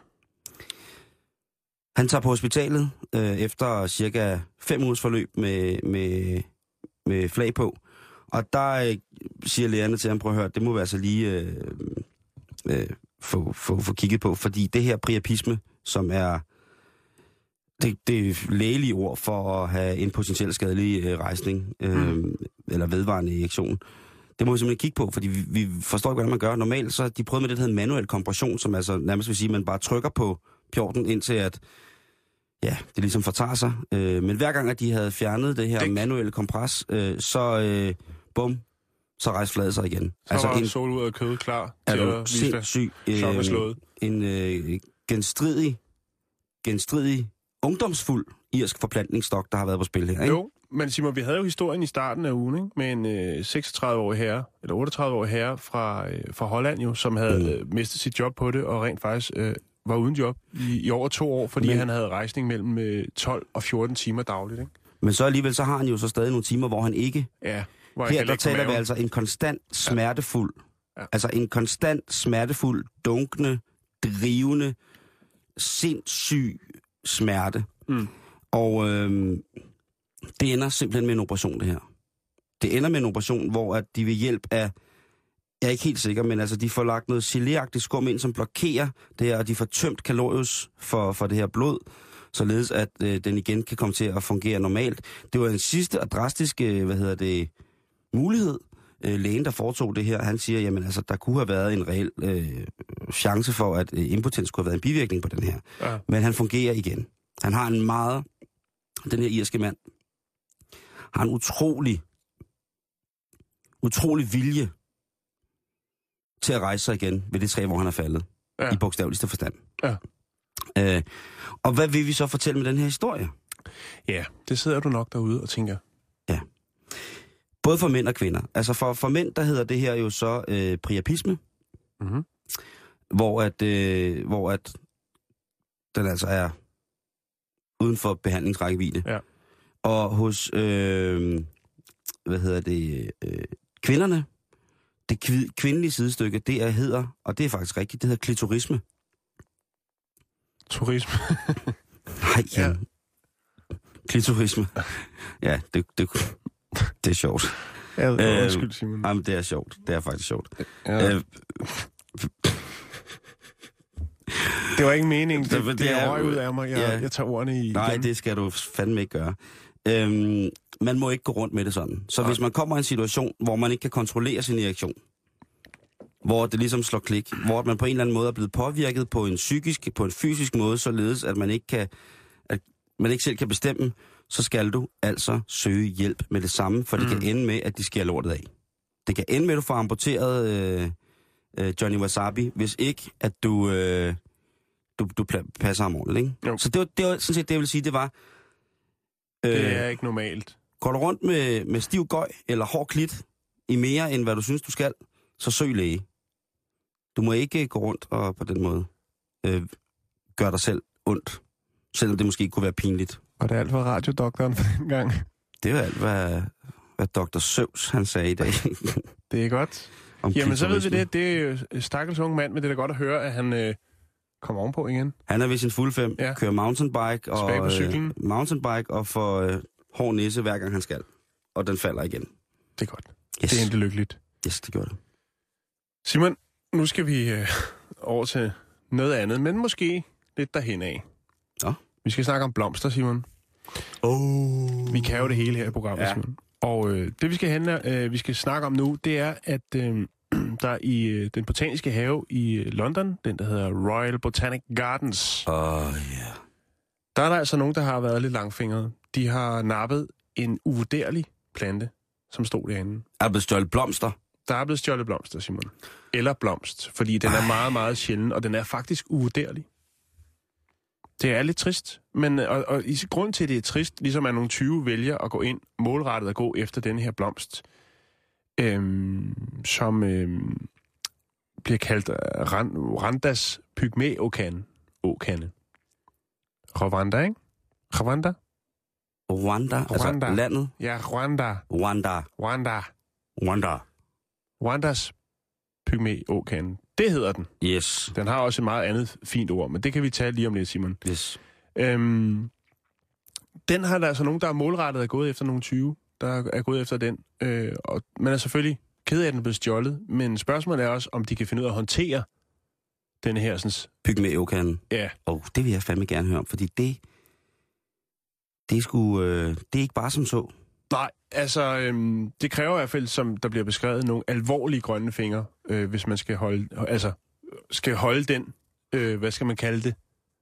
Speaker 4: han tager på hospitalet øh, efter cirka fem ugers forløb med, med, med flag på, og der øh, siger lægerne til ham, prøv at høre, det må være så lige øh, øh, få, få, få kigget på, fordi det her priapisme, som er det, det er lægelige ord for at have en potentielt skadelig øh, rejsning, øh, mm. eller vedvarende erektion. Det må vi simpelthen kigge på, fordi vi, vi forstår ikke, hvordan man gør. Normalt så de prøvet med det, der hedder manuel kompression, som altså nærmest vil sige, at man bare trykker på pjorten, indtil at ja, det ligesom fortager sig. Øh, men hver gang, at de havde fjernet det her Dæk. manuelle kompres, øh, så øh, bum, så rejste fladet sig igen.
Speaker 5: Så altså var en, sol ud af kød klar til at vise
Speaker 4: sindssyg, øh, en øh, genstridig, genstridig, ungdomsfuld irsk forplantningsstok, der har været på spil her, ikke?
Speaker 5: Jo, men Simon, vi havde jo historien i starten af ugen, ikke? Med en øh, seksogtredive-årig herre, eller otteogtredive-årig herre fra, øh, fra Holland jo, som havde mm. øh, mistet sit job på det, og rent faktisk øh, var uden job i, i over to år, fordi men, han havde rejsning mellem øh, tolv og fjorten timer dagligt, ikke? Men
Speaker 4: så alligevel, så har han jo så stadig nogle timer, hvor han ikke...
Speaker 5: Ja, hvor
Speaker 4: her der taler vi altså en konstant smertefuld, ja. Ja. altså en konstant smertefuld, dunkende, drivende, sindssyg smerte. Mm. Og øh, det ender simpelthen med en operation, det her. Det ender med en operation, hvor at de ved hjælp af, jeg er ikke helt sikker, men altså de får lagt noget geléagtigt skum ind, som blokerer det her, og de får tømt kalorius for, for det her blod, således at øh, den igen kan komme til at fungere normalt. Det var en sidste og drastiske, hvad hedder det, mulighed. Øh, lægen, der foretog det her, han siger, jamen altså, der kunne have været en reel øh, chance for, at øh, impotens kunne have været en bivirkning på den her. Ja. Men han fungerer igen. Han har en meget, den her irske mand, har en utrolig, utrolig vilje til at rejse sig igen ved det træ, hvor han er faldet. Ja. I bogstaveligste forstand.
Speaker 5: Ja.
Speaker 4: Øh, og hvad vil vi så fortælle med den her historie?
Speaker 5: Ja, det sidder du nok derude og tænker.
Speaker 4: Ja. Både for mænd og kvinder. Altså for, for mænd, der hedder det her jo så øh, priapisme. Mm-hmm. Hvor at, øh, hvor at den altså er uden for behandlingsrækkevidde.
Speaker 5: Ja.
Speaker 4: Og hos, øh, hvad hedder det, øh, kvinderne, det kv- kvindelige sidestykke, det er hedder, og det er faktisk rigtigt, det hedder klitorisme.
Speaker 5: Turisme?
Speaker 4: Nej, ja. Klitorisme. Ja, det, det, det er sjovt.
Speaker 5: Ja, det er undskyld, Simon.
Speaker 4: Jamen, det er sjovt. Det er faktisk sjovt. Ja. Øh,
Speaker 5: det var ikke meningen. Det, det, det er røg ud af mig. Jeg, ja. jeg tager ordene i
Speaker 4: Nej,
Speaker 5: igen.
Speaker 4: Det skal du fandme ikke gøre. Øhm, man må ikke gå rundt med det sådan. Så Nej. Hvis man kommer i en situation, hvor man ikke kan kontrollere sin reaktion, hvor det ligesom slår klik, hvor man på en eller anden måde er blevet påvirket på en psykisk, på en fysisk måde, således at man ikke kan, at man ikke selv kan bestemme, så skal du altså søge hjælp med det samme, for mm. det kan ende med, at de skærer lortet af. Det kan ende med, at du får amputeret øh, øh, Johnny Wasabi, hvis ikke, at du, øh, du, du passer ham ordentligt, ikke? Jo. Så det var, det var sådan set det, jeg vil sige, det var...
Speaker 5: Øh, det er ikke normalt.
Speaker 4: Går du rundt med, med stiv gøj eller hård klit i mere, end hvad du synes, du skal, så søg læge. Du må ikke gå rundt og på den måde øh, gøre dig selv ondt, selvom det måske kunne være pinligt.
Speaker 5: Og det er alt for radiodoktoren for den gang.
Speaker 4: Det er alt, hvad, hvad doktor Søvs, han sagde i dag.
Speaker 5: Det er godt. Jamen, så ved vi det. Det er jo stakkels unge mand, men det er da godt at høre, at han øh, kommer ovenpå igen.
Speaker 4: Han er ved sin fulde fem, ja. Kører mountainbike og,
Speaker 5: øh,
Speaker 4: mountainbike og får øh, hård næse, hver gang han skal. Og den falder igen.
Speaker 5: Det er godt.
Speaker 4: Yes.
Speaker 5: Det er endelig lykkeligt.
Speaker 4: Yes, det gør det.
Speaker 5: Simon, nu skal vi øh, over til noget andet, men måske lidt derhen af.
Speaker 4: Ja. Vi
Speaker 5: skal snakke om blomster, Simon.
Speaker 4: Oh.
Speaker 5: Vi kan jo det hele her i programmet, ja. Simon. Og øh, det, vi skal, handle, øh, vi skal snakke om nu, det er, at øh, der i øh, den botaniske have i London, den der hedder Royal Botanic Gardens,
Speaker 4: oh, yeah.
Speaker 5: der er der altså nogen, der har været lidt langfingrede. De har nappet en uvurderlig plante, som stod derinde.
Speaker 4: Er der blevet stjålet blomster?
Speaker 5: Der er blevet stjålet blomster, Simon. Eller blomst, fordi den er meget, meget sjælden, og den er faktisk uvurderlig. Det er lidt trist, men og, og i grund til, at det er trist, ligesom at nogle tyve vælger at gå ind målrettet og gå efter den her blomst, øhm, som øhm, bliver kaldt Rand, Randas pygmæokande. Okande. Rwanda, ikke? Rwanda?
Speaker 4: Rwanda,
Speaker 5: Rwanda.
Speaker 4: Altså landet?
Speaker 5: Ja, Rwanda.
Speaker 4: Rwanda.
Speaker 5: Rwanda.
Speaker 4: Rwanda.
Speaker 5: Rwandas pygmæokande. Det hedder den.
Speaker 4: Yes.
Speaker 5: Den har også et meget andet fint ord, men det kan vi tage lige om lidt, Simon.
Speaker 4: Yes.
Speaker 5: Øhm, den har der altså nogen, der er målrettet er gået efter nogle tyve, der er gået efter den. Øh, og man er selvfølgelig ked af, at den er blevet stjålet, men spørgsmålet er også, om de kan finde ud af at håndtere denne her sådan...
Speaker 4: Pygmæokanden.
Speaker 5: Ja.
Speaker 4: Og det vil jeg fandme gerne høre om, fordi det... det er sgu, øh, det er ikke bare som så.
Speaker 5: Nej, altså, øhm, det kræver i hvert fald, som der bliver beskrevet, nogle alvorlige grønne fingre, øh, hvis man skal holde, altså, skal holde den, øh, hvad skal man kalde det,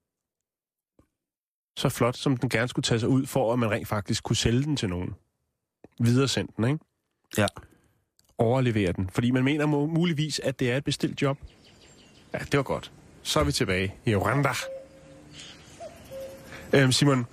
Speaker 5: så flot, som den gerne skulle tage sig ud, for at man rent faktisk kunne sælge den til nogen. Videresende den, ikke?
Speaker 4: Ja.
Speaker 5: Overlevere den. Fordi man mener må, muligvis, at det er et bestilt job. Ja, det var godt. Så er vi tilbage i Rwanda. Øhm, Simon,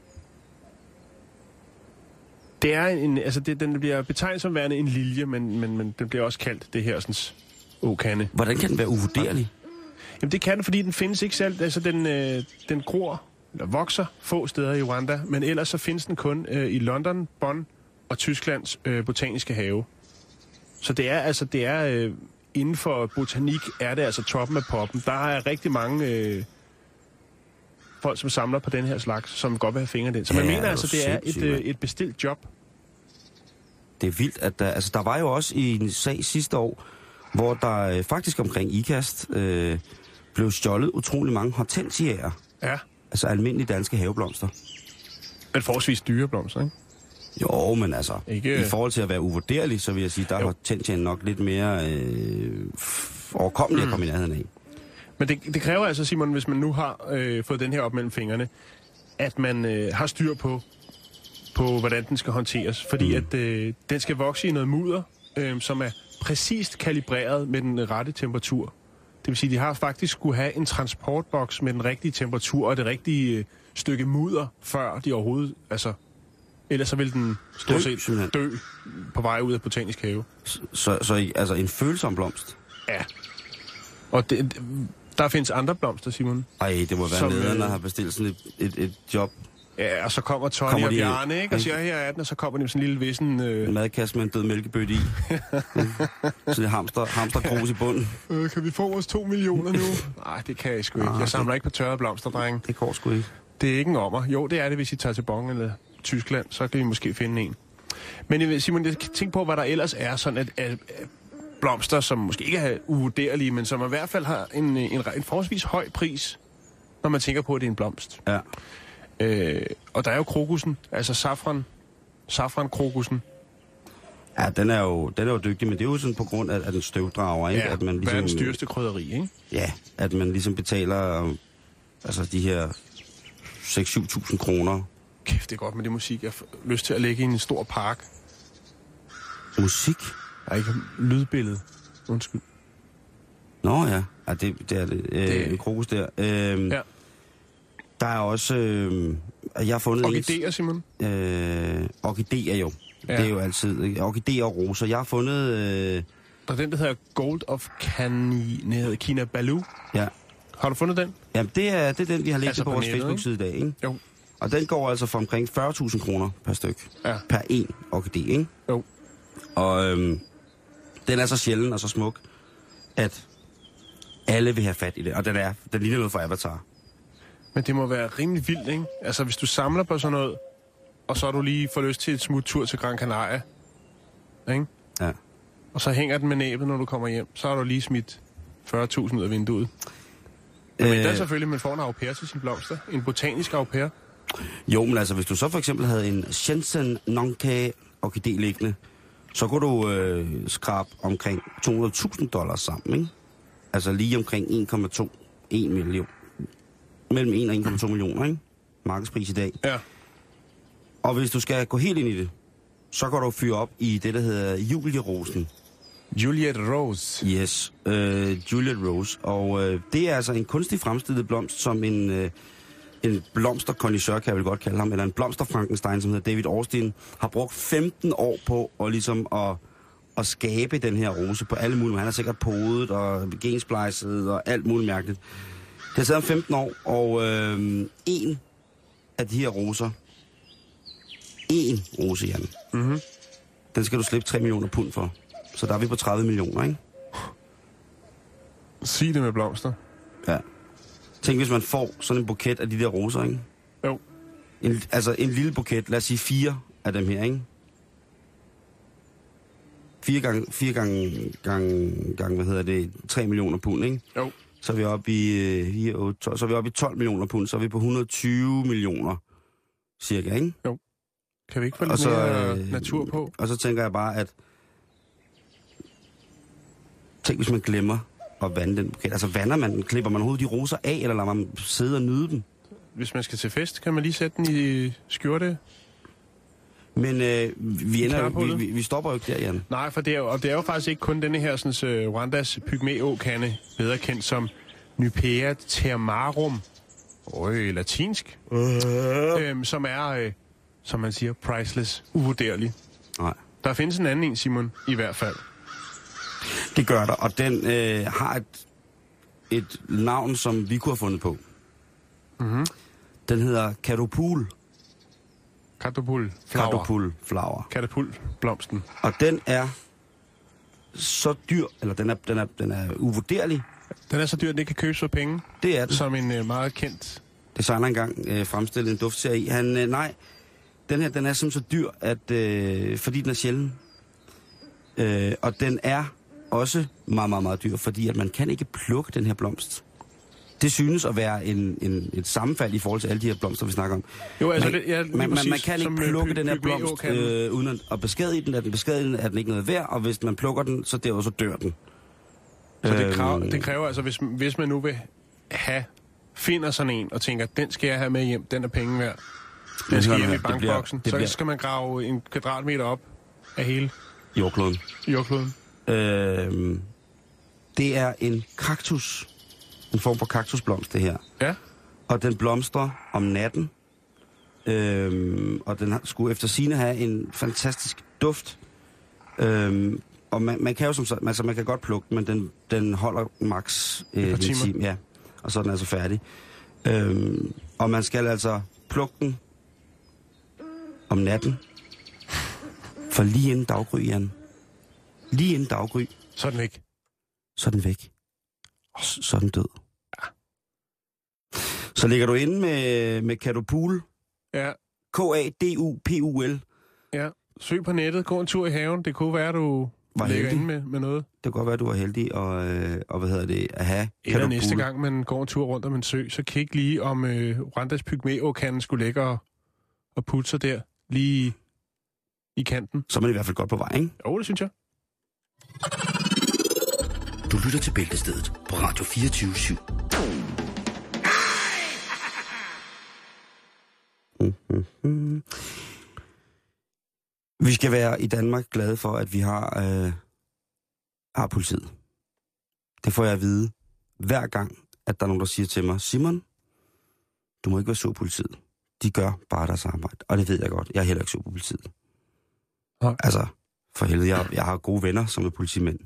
Speaker 5: det er en, altså det, den bliver betegnet som værende en lilje, men, men, men den bliver også kaldt det her sådan åkande.
Speaker 4: Hvordan kan den være uvurderlig?
Speaker 5: Jamen det kan den, fordi den findes ikke selv. Altså den, øh, den gror, eller vokser få steder i Rwanda, men ellers så findes den kun øh, i London, Bonn og Tysklands øh, botaniske have. Så det er altså, det er øh, inden for botanik er det altså toppen af poppen. Der er rigtig mange øh, folk, som samler på den her slags, som godt vil have fingre i den. Så man ja, mener altså, det er et, øh, et bestilt job.
Speaker 4: Det er vildt, at der, altså der var jo også i en sag sidste år, hvor der øh, faktisk omkring IKAST øh, blev stjålet utrolig mange hortensiaer.
Speaker 5: Ja.
Speaker 4: Altså almindelige danske haveblomster.
Speaker 5: Men forholdsvis dyre blomster, ikke?
Speaker 4: Jo, men altså,
Speaker 5: ikke...
Speaker 4: i forhold til at være uvurderlig, så vil jeg sige, der er hortensiaen nok lidt mere øh, overkommelig mm. at komme i nærheden af.
Speaker 5: Men det, det kræver altså, Simon, hvis man nu har øh, fået den her op mellem fingrene, at man øh, har styr på, på, hvordan den skal håndteres. Fordi mm. at øh, den skal vokse i noget mudder, øh, som er præcist kalibreret med den rette temperatur. Det vil sige, at de har faktisk skulle have en transportboks med den rigtige temperatur og det rigtige øh, stykke mudder, før de overhovedet... altså ellers så vil den stort set dø på vej ud af botanisk have.
Speaker 4: Så, så, så altså en følsom blomst?
Speaker 5: Ja. Og det, der findes andre blomster, Simon.
Speaker 4: Ej, det må være nederen, der har bestilt sådan et, et, et job.
Speaker 5: Ja, og så kommer Tony kommer og Bjarne, de, ikke? Og siger, her er den, og så kommer de med sådan en lille vissen... Øh...
Speaker 4: En madkasse med en død mælkebøtte i. Sådan et hamster, hamsterkrus i bunden.
Speaker 5: Øh, kan vi få vores to millioner nu? Nej, det kan jeg sgu ikke. Jeg samler ikke på tørrede blomster, drenge.
Speaker 4: Det går sgu ikke.
Speaker 5: Det er ikke en ommer. Jo, det er det, hvis I tager til Bonn eller Tyskland, så kan vi måske finde en. Men Simon, jeg kan tænke på, hvad der ellers er sådan, at, at, at blomster, som måske ikke er uvurderlige, men som i hvert fald har en, en, en forholdsvis høj pris, når man tænker på, at det er en blomst.
Speaker 4: Ja.
Speaker 5: Øh, og der er jo krokussen, altså safran, safran-krokussen.
Speaker 4: Ja, den er, jo, den er jo dygtig, men det er jo sådan på grund af, af den støvdrager, ikke?
Speaker 5: Ja,
Speaker 4: at man ligesom,
Speaker 5: verdens dyreste krydderi, ikke?
Speaker 4: Ja, at man ligesom betaler altså de her seks til syv tusind kroner.
Speaker 5: Kæft, det er godt med det musik. Jeg har lyst til at lægge i en stor park.
Speaker 4: Musik?
Speaker 5: Nej, ikke lydbillede. Undskyld.
Speaker 4: Nå ja, ja det, det er det. Øh, det... En krokus der. Øh,
Speaker 5: ja. Der
Speaker 4: er også... Øh, jeg har fundet...
Speaker 5: Orkideer, Simon?
Speaker 4: Øh, orkideer jo. Ja. Det er jo altid... Orkideer og roser. Jeg har fundet... Øh,
Speaker 5: der er den, der hedder Gold of Kani, Kinabalu.
Speaker 4: Ja.
Speaker 5: Har du fundet den?
Speaker 4: Jamen, det er, det er den, vi har læst altså på, på vores
Speaker 5: nettet,
Speaker 4: Facebook-side i dag, ikke?
Speaker 5: Jo.
Speaker 4: Og den går altså for omkring fyrre tusind kroner per styk.
Speaker 5: Ja.
Speaker 4: Per en orkidé, ikke?
Speaker 5: Jo.
Speaker 4: Og øhm, den er så sjælden og så smuk, at alle vil have fat i det. Og den er, den ligner noget for Avatar.
Speaker 5: Men det må være rimelig vildt, ikke? Altså, hvis du samler på sådan noget, og så har du lige får lyst til et smuttur til Gran Canaria, ikke?
Speaker 4: Ja.
Speaker 5: Og så hænger den med næbet, når du kommer hjem. Så har du lige smidt fyrre tusind ud af vinduet. Men øh, der er selvfølgelig, at man får en au pair til sin blomster. En botanisk au pair.
Speaker 4: Jo, men altså, hvis du så for eksempel havde en Shenzhen Nongke orkidé liggende, så kunne du øh, skrabe omkring to hundrede tusind dollars sammen, ikke? Altså lige omkring en komma to million. Mellem en og en komma to millioner, ikke? Markedspris i dag.
Speaker 5: Ja.
Speaker 4: Og hvis du skal gå helt ind i det, så går du fyre op i det, der hedder Julierosen.
Speaker 5: Juliet Rose.
Speaker 4: Yes, øh, Juliet Rose. Og øh, det er altså en kunstig fremstillet blomst, som en, øh, en blomsterkondisør, kan jeg vel godt kalde ham, eller en blomsterfrankenstein, som hedder David Austin, har brugt femten år på at, ligesom at, at skabe den her rose på alle mulige. Han har sikkert podet og gensplejset og alt muligt mærkeligt. Det har taget om femten år, og øh, en af de her roser, en rose, Jan,
Speaker 5: mm-hmm.
Speaker 4: den skal du slippe tre millioner pund for. Så der er vi på tredive millioner, ikke?
Speaker 5: Sig det med blomster.
Speaker 4: Ja. Tænk, hvis man får sådan en buket af de der roser, ikke?
Speaker 5: Jo.
Speaker 4: En, altså en lille buket, lad os sige fire af dem her, ikke? Fire gange, fire gange, gange, gange hvad hedder det, tre millioner pund, ikke?
Speaker 5: Jo.
Speaker 4: Så er vi oppe i, fire, otte, tolv, så er vi oppe i tolv millioner pund, så er vi på et hundrede og tyve millioner cirka, ikke?
Speaker 5: Jo. Kan vi ikke få lidt
Speaker 4: Og så,
Speaker 5: mere
Speaker 4: øh,
Speaker 5: natur på?
Speaker 4: Og så tænker jeg bare, at tænk, hvis man glemmer at vande den buket. Altså vander man den, klipper man hovedet de roser af, eller lader man sidde og nyde dem?
Speaker 5: Hvis man skal til fest, kan man lige sætte den i skjorte.
Speaker 4: Men øh, vi, ender, vi,
Speaker 5: Knaphullet.
Speaker 4: vi, vi stopper jo ikke der, Jan.
Speaker 5: Nej, for det er jo, og det er jo faktisk ikke kun denne her sådan, uh, Rwandas pygmæ-åkande, bedre kendt som Nypea termarum, øj, latinsk, uh. øhm, som er, øh, som man siger, priceless, uvurderlig.
Speaker 4: Nej.
Speaker 5: Der findes en anden en, Simon, i hvert fald.
Speaker 4: Det gør der, og den øh, har et, et navn, som vi kunne have fundet på.
Speaker 5: Mm-hmm.
Speaker 4: Den hedder Katopul.
Speaker 5: Katapult flower.
Speaker 4: Katopul flower.
Speaker 5: Katapult blomsten.
Speaker 4: Og den er så dyr, eller den er, den er, den er uvurderlig.
Speaker 5: Den er så dyr, at den ikke kan købes for penge.
Speaker 4: Det er den.
Speaker 5: Som en øh, meget kendt...
Speaker 4: Designer engang øh, fremstillet en duftserie i. Han, øh, nej, den her, den er simpelthen så dyr, at, øh, fordi den er sjælden. Øh, og den er også meget, meget, meget dyr, fordi at man kan ikke plukke den her blomst. Det synes at være en, en, et sammenfald i forhold til alle de her blomster, vi snakker om.
Speaker 5: Jo, altså,
Speaker 4: man,
Speaker 5: det, ja,
Speaker 4: man, man, man kan ikke plukke
Speaker 5: py-
Speaker 4: den her
Speaker 5: pygmæ-
Speaker 4: blomst øh, uden at, at beskadige den. Er den beskadiget, er den ikke noget værd, og hvis man plukker den, så der så dør den.
Speaker 5: Så det kræver, det kræver altså, hvis, hvis man nu vil have, finder sådan en, og tænker, den skal jeg have med hjem, den er penge værd. Den skal hjem i bankboksen. Så skal man grave en kvadratmeter op af hele
Speaker 4: jordkloden.
Speaker 5: jordkloden.
Speaker 4: Øh, det er en kaktus. En form for kaktusblomst, det her.
Speaker 5: Ja.
Speaker 4: Og den blomstrer om natten. Øhm, og den skulle efter sigende have en fantastisk duft. Øhm, og man, man kan jo som sagt, altså man kan godt plukke den, men den, den holder max øh, en time. Ja, og så er den altså færdig. Øhm, og man skal altså plukke den om natten. For lige inden daggry, Jan. Lige inden daggry.
Speaker 5: Så er den væk.
Speaker 4: Så er den væk. Så er den død. Ja. Så ligger du inde med, med Katopul.
Speaker 5: Ja.
Speaker 4: K A D U P U L.
Speaker 5: Ja. Søg på nettet. Gå en tur i haven. Det kunne være, du
Speaker 4: var
Speaker 5: ligger
Speaker 4: heldig.
Speaker 5: inde med, med noget.
Speaker 4: Det kan godt være, du var heldig og, øh, og hvad hedder det, at have
Speaker 5: Eller
Speaker 4: Katopul.
Speaker 5: næste gang, man går en tur rundt om en sø, så kig lige, om øh, Rwandas pygmæ-åkanden skulle ligge og, og putte sig der. Lige i kanten.
Speaker 4: Så er man i hvert fald godt på vej, ikke?
Speaker 5: Jo, det synes jeg.
Speaker 2: Du lytter til Bæltestedet på Radio fireogtyve syv.
Speaker 4: Mm-hmm. Vi skal være i Danmark glade for, at vi har, øh, har politiet. Det får jeg at vide hver gang, at der er nogen, der siger til mig, Simon, du må ikke være sur på politiet. De gør bare deres arbejde. Og det ved jeg godt. Jeg er heller ikke sur på politiet.
Speaker 5: Okay.
Speaker 4: Altså, for helvede, jeg, jeg har gode venner, som er politimænd.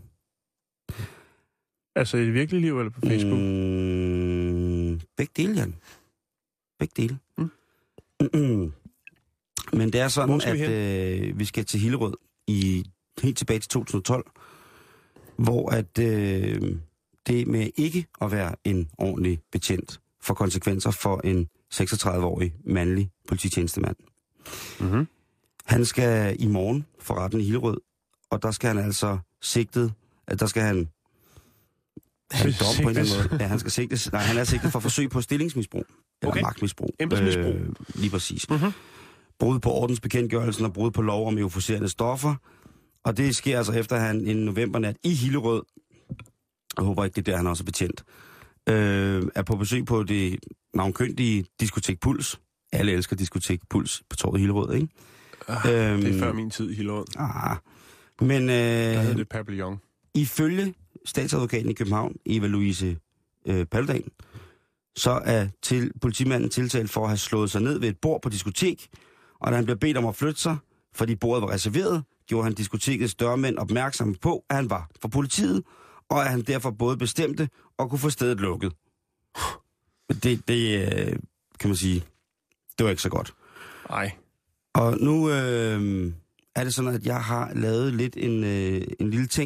Speaker 5: Altså i det virkelige liv eller på Facebook?
Speaker 4: Mm, begge dele, Jan. Begge dele.
Speaker 5: Mm.
Speaker 4: Mm-mm. Men det er sådan,
Speaker 5: vi
Speaker 4: at øh, vi skal til Hillerød i helt tilbage til to tusind og tolv, hvor at øh, det med ikke at være en ordentlig betjent får konsekvenser for en seksogtredive-årig mandlig polititjenestemand.
Speaker 5: Mm-hmm.
Speaker 4: Han skal i morgen for retten i Hillerød, og der skal han altså sigtet, at der skal han have en dom på en eller anden måde. Ja, han skal sigtes. Nej, han er sigtet for forsøg på stillingsmisbrug. Eller
Speaker 5: Okay.
Speaker 4: magtmisbrug.
Speaker 5: Embedsmisbrug.
Speaker 4: Øh, lige præcis.
Speaker 5: Mm-hmm.
Speaker 4: Brud på ordensbekendtgørelsen og brud på lov om euforiserende stoffer. Og det sker altså efter, at han en novembernat i Hillerød, jeg håber ikke, det er der, han også er betjent, øh, er på besøg på det navnkyndige Diskotek Puls. Alle elsker Diskotek Puls på torvet i Hillerød, ikke?
Speaker 5: Ah, øhm, det er før min tid i Hillerød.
Speaker 4: Ah, men øh,
Speaker 5: Der hedder det Pavillon.
Speaker 4: Ifølge statsadvokaten i København, Eva Louise øh, Paludan, så er til, politimanden tiltalt for at have slået sig ned ved et bord på diskotek, og da han blev bedt om at flytte sig, fordi bordet var reserveret, gjorde han diskotekets dørmænd opmærksom på, at han var fra politiet, og at han derfor både bestemte og kunne få stedet lukket. Det, det øh, kan man sige, det var ikke så godt.
Speaker 5: Nej.
Speaker 4: Og nu øh, er det sådan, at jeg har lavet lidt en, øh, en lille ting.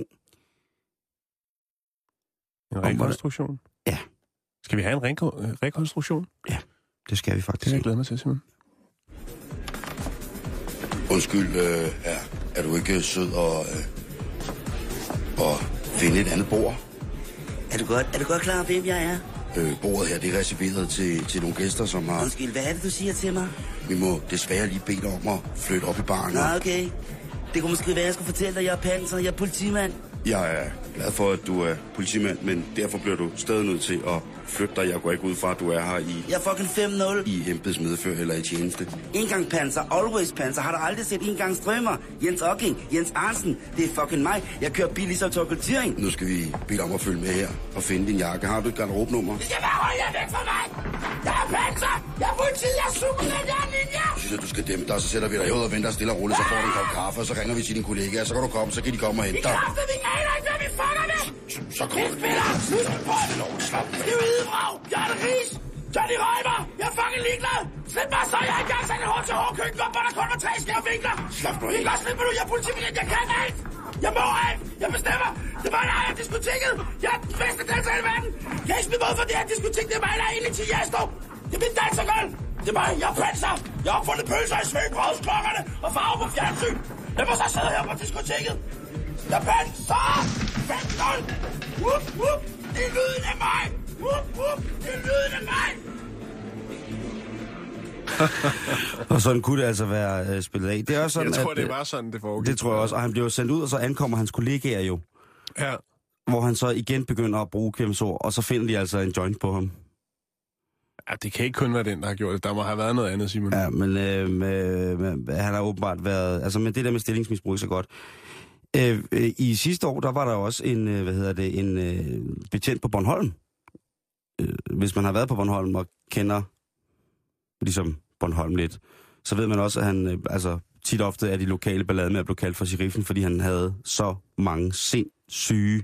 Speaker 5: En rekonstruktion?
Speaker 4: Ja.
Speaker 5: Skal vi have en reko- rekonstruktion?
Speaker 4: Ja, det skal vi
Speaker 5: Det
Speaker 4: faktisk.
Speaker 5: vil jeg glæde mig til, Simon.
Speaker 7: Undskyld, øh, er, er du ikke sød og, øh, og finde et andet bord?
Speaker 8: Er du godt, er du godt klar over, hvem jeg er?
Speaker 7: Øh, bordet her, det er reserveret til, til nogle gæster, som har...
Speaker 8: Undskyld, hvad er det, du siger til mig?
Speaker 7: Vi må desværre lige bede dig om at flytte op i baren.
Speaker 8: Nå, okay. Det kunne måske være, at jeg skulle fortælle dig, at jeg er panser, jeg er politimand.
Speaker 7: Jeg er glad for, at du er politimand, men derfor bliver du stadig nødt til at flytte dig. Jeg går ikke ud fra, at du er her i...
Speaker 8: Jeg er fucking fem nul.
Speaker 7: I embedsmedfør eller i tjeneste.
Speaker 8: En gang panser, always panser. Har du aldrig set en gang strømmer? Jens Ocking, Jens Arnsen. Det er fucking mig. Jeg kører bil ligesom Torkel Thierry.
Speaker 7: Nu skal vi bede dig om at følge med her og finde din jakke. Har du et garderobenummer?
Speaker 8: Det skal bare holde jer væk fra mig! Jeg er panser! Jeg er politi! Jeg er superman! Jeg er ninja!
Speaker 7: Jeg synes, at du skal dæmpe dig, så sætter vi dig ud og venter stille og roligt. Så får du en kop kaffe, og så ringer vi til dine kollegaer. Så kan du komme, så kan de komme og hente dig.
Speaker 8: Vi kræfter, vi aner ikke, hvad vi fucker med!
Speaker 7: Så kommer vi.
Speaker 8: Husk på det! Det er jo Idebrav! Jeg er det ris! Johnny Reimer! Jeg er fucking ligeglad! Slip mig, så jeg er i gang sat en H T H-køkken op, hvor der kun var tre skære vinkler!
Speaker 7: Slap nu
Speaker 8: helt! Slip mig nu, jeg er politibetjent, jeg kan alt! Jeg må alt! Jeg bestemmer! Det var jeg, jeg er diskoteket! Jeg er den bedste deltager i verden! Jeg er ikke smidt ud for det her diskotek, det er mig, der er inde i Tiasto! Det er min dansergøl! Det er mig, jeg er panser! Jeg har opfundet pølser i svøbbrødsklokkerne og farve på fjernsyn! Lad mig så sidde her på diskoteket! Jeg er panser! fem nul! Whoop, whoop! Det er lyden af mig! Whoop, whoop! Det er lyden af mig!
Speaker 4: Og sådan kunne det altså være øh, spillet af. Det er også sådan,
Speaker 5: jeg tror,
Speaker 4: at,
Speaker 5: det var sådan, det foregik.
Speaker 4: Det tror jeg også, og han bliver sendt ud, og så ankommer hans kollegaer jo.
Speaker 5: Ja.
Speaker 4: Hvor han så igen begynder at bruge kæmsord, og så finder de altså en joint på ham.
Speaker 5: Ja, det kan ikke kun være den, der har gjort det. Der må have været noget andet, Simon.
Speaker 4: Ja, men øh, med, med, han har åbenbart været... Altså, men det der med stillingsmisbrug er så godt. Øh, øh, I sidste år, der var der også en, øh, hvad hedder det, en øh, betjent på Bornholm. Øh, hvis man har været på Bornholm og kender ligesom Bornholm lidt, så ved man også, at han øh, altså, tit ofte er de lokale ballade med at blive kaldt for sheriffen, fordi han havde så mange sindssyge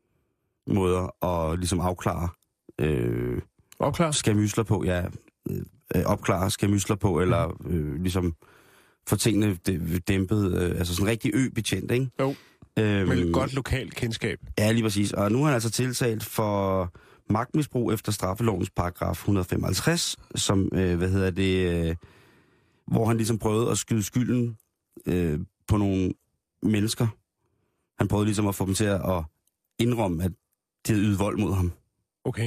Speaker 4: måder at ligesom afklare... Øh,
Speaker 5: Opklare?
Speaker 4: Skamysler på, ja. Øh, opklare skamysler på, eller øh, ligesom få tingene dæmpet. Øh, altså sådan en rigtig ø-betjent, ikke?
Speaker 5: Jo,
Speaker 4: øhm,
Speaker 5: med et godt lokalt kendskab.
Speaker 4: Ja, lige præcis. Og nu er han altså tiltalt for magtmisbrug efter straffelovens paragraf et hundrede femoghalvtreds, som, øh, hvad hedder det, øh, hvor han ligesom prøvede at skyde skylden øh, på nogle mennesker. Han prøvede ligesom at få dem til at indrømme, at de havde ydet vold mod ham.
Speaker 5: Okay.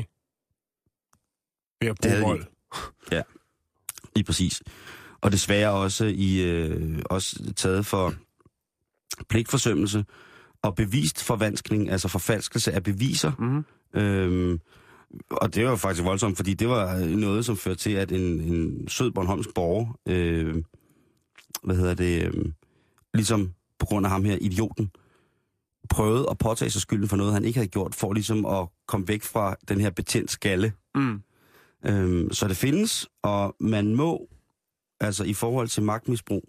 Speaker 5: Ved at bruge vold.
Speaker 4: Ja, lige præcis. Og desværre også i øh, også taget for pligtforsømmelse og bevist forvanskning, altså forfalskelse af beviser. Mm-hmm. Øhm, og det var jo faktisk voldsomt, fordi det var noget, som førte til, at en, en sød bornholmsk borger, øh, hvad hedder det, øh, ligesom på grund af ham her, idioten, prøvede at påtage sig skylden for noget, han ikke havde gjort, for ligesom at komme væk fra den her betjent skalle. Mm. Øhm, så det findes, og man må, altså i forhold til magtmisbrug,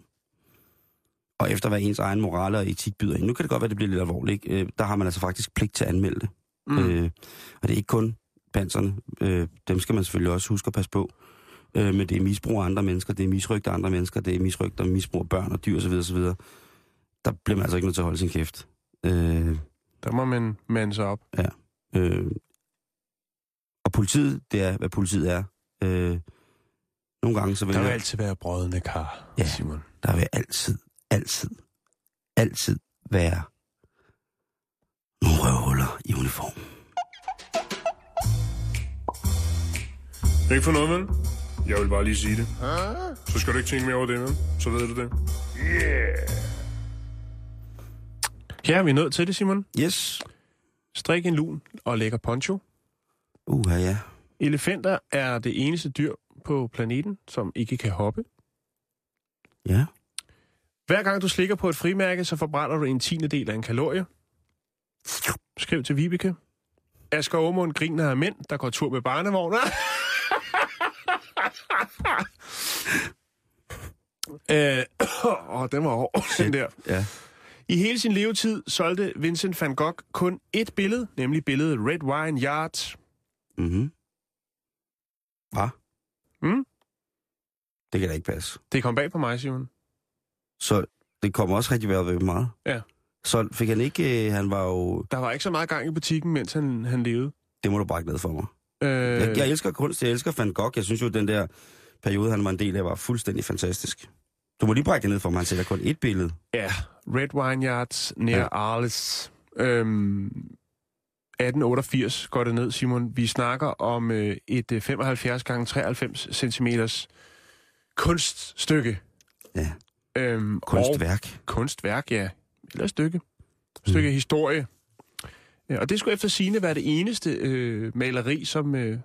Speaker 4: og efter hvad ens egen moral og etik byder ind, nu kan det godt være, det bliver lidt alvorligt, ikke? Øh, der har man altså faktisk pligt til at anmelde det. Mm. Øh, og det er ikke kun panserne, øh, dem skal man selvfølgelig også huske at passe på, øh, men det er misbrug af andre mennesker, det er misrøgt af andre mennesker, det er misrøgt af misbrug af børn og dyr osv. osv. Der bliver man altså ikke nødt til at holde sin kæft. Øh,
Speaker 5: der må man mande sig op.
Speaker 4: Ja. Øh, Og politiet, det er, hvad politiet er. Øh, nogle gange så vil
Speaker 5: der vil
Speaker 4: jeg...
Speaker 5: altid være brødende kar,
Speaker 4: ja,
Speaker 5: Simon.
Speaker 4: Der vil altid, altid, altid være nogle røvhuller i uniform.
Speaker 5: Ikke for noget, vel? Jeg vil bare lige sige det. Så skal du ikke tænke mere over det, vel? Så ved du det. Yeah! Ja, vi er nødt til det, Simon.
Speaker 4: Yes.
Speaker 5: Strik en lun og lækker poncho.
Speaker 4: Uha, ja.
Speaker 5: Elefanter er det eneste dyr på planeten, som ikke kan hoppe.
Speaker 4: Ja.
Speaker 5: Hver gang du slikker på et frimærke, så forbrænder du en tiende del af en kalorie. Skriv til Vibeke. Asger Aumund griner af mænd, der går tur med barnevogner. øh, åh, den var hård, den der.
Speaker 4: Ja.
Speaker 5: I hele sin levetid solgte Vincent van Gogh kun ét billede, nemlig billedet Red Wine Yard.
Speaker 4: Mhm. Hvad?
Speaker 5: Mm?
Speaker 4: Det kan da ikke passe.
Speaker 5: Det kom bag på mig, Simon.
Speaker 4: Så det kommer også rigtig værd meget.
Speaker 5: Ja.
Speaker 4: Så fik han ikke... Han var jo...
Speaker 5: Der var ikke så meget gang i butikken, mens han, han levede.
Speaker 4: Det må du brække ned for mig.
Speaker 5: Øh...
Speaker 4: Jeg, jeg elsker kunst, jeg elsker Van Gogh. Jeg synes jo, den der periode, han var en del af, var fuldstændig fantastisk. Du må lige brække det ned for mig, han sætter kun et billede.
Speaker 5: Ja, Red Wine Yards nær ja. Arles. Øhm, atten otteogfirs går det ned, Simon. Vi snakker om øh, et øh, femoghalvfjerds gange treoghalvfems centimeters kunststykke.
Speaker 4: Ja.
Speaker 5: Øhm,
Speaker 4: Kunstværk.
Speaker 5: Kunstværk, ja. Eller et stykke. Et stykke mm. historie. Ja, og det skulle efter sigende være det eneste øh, maleri, som øh,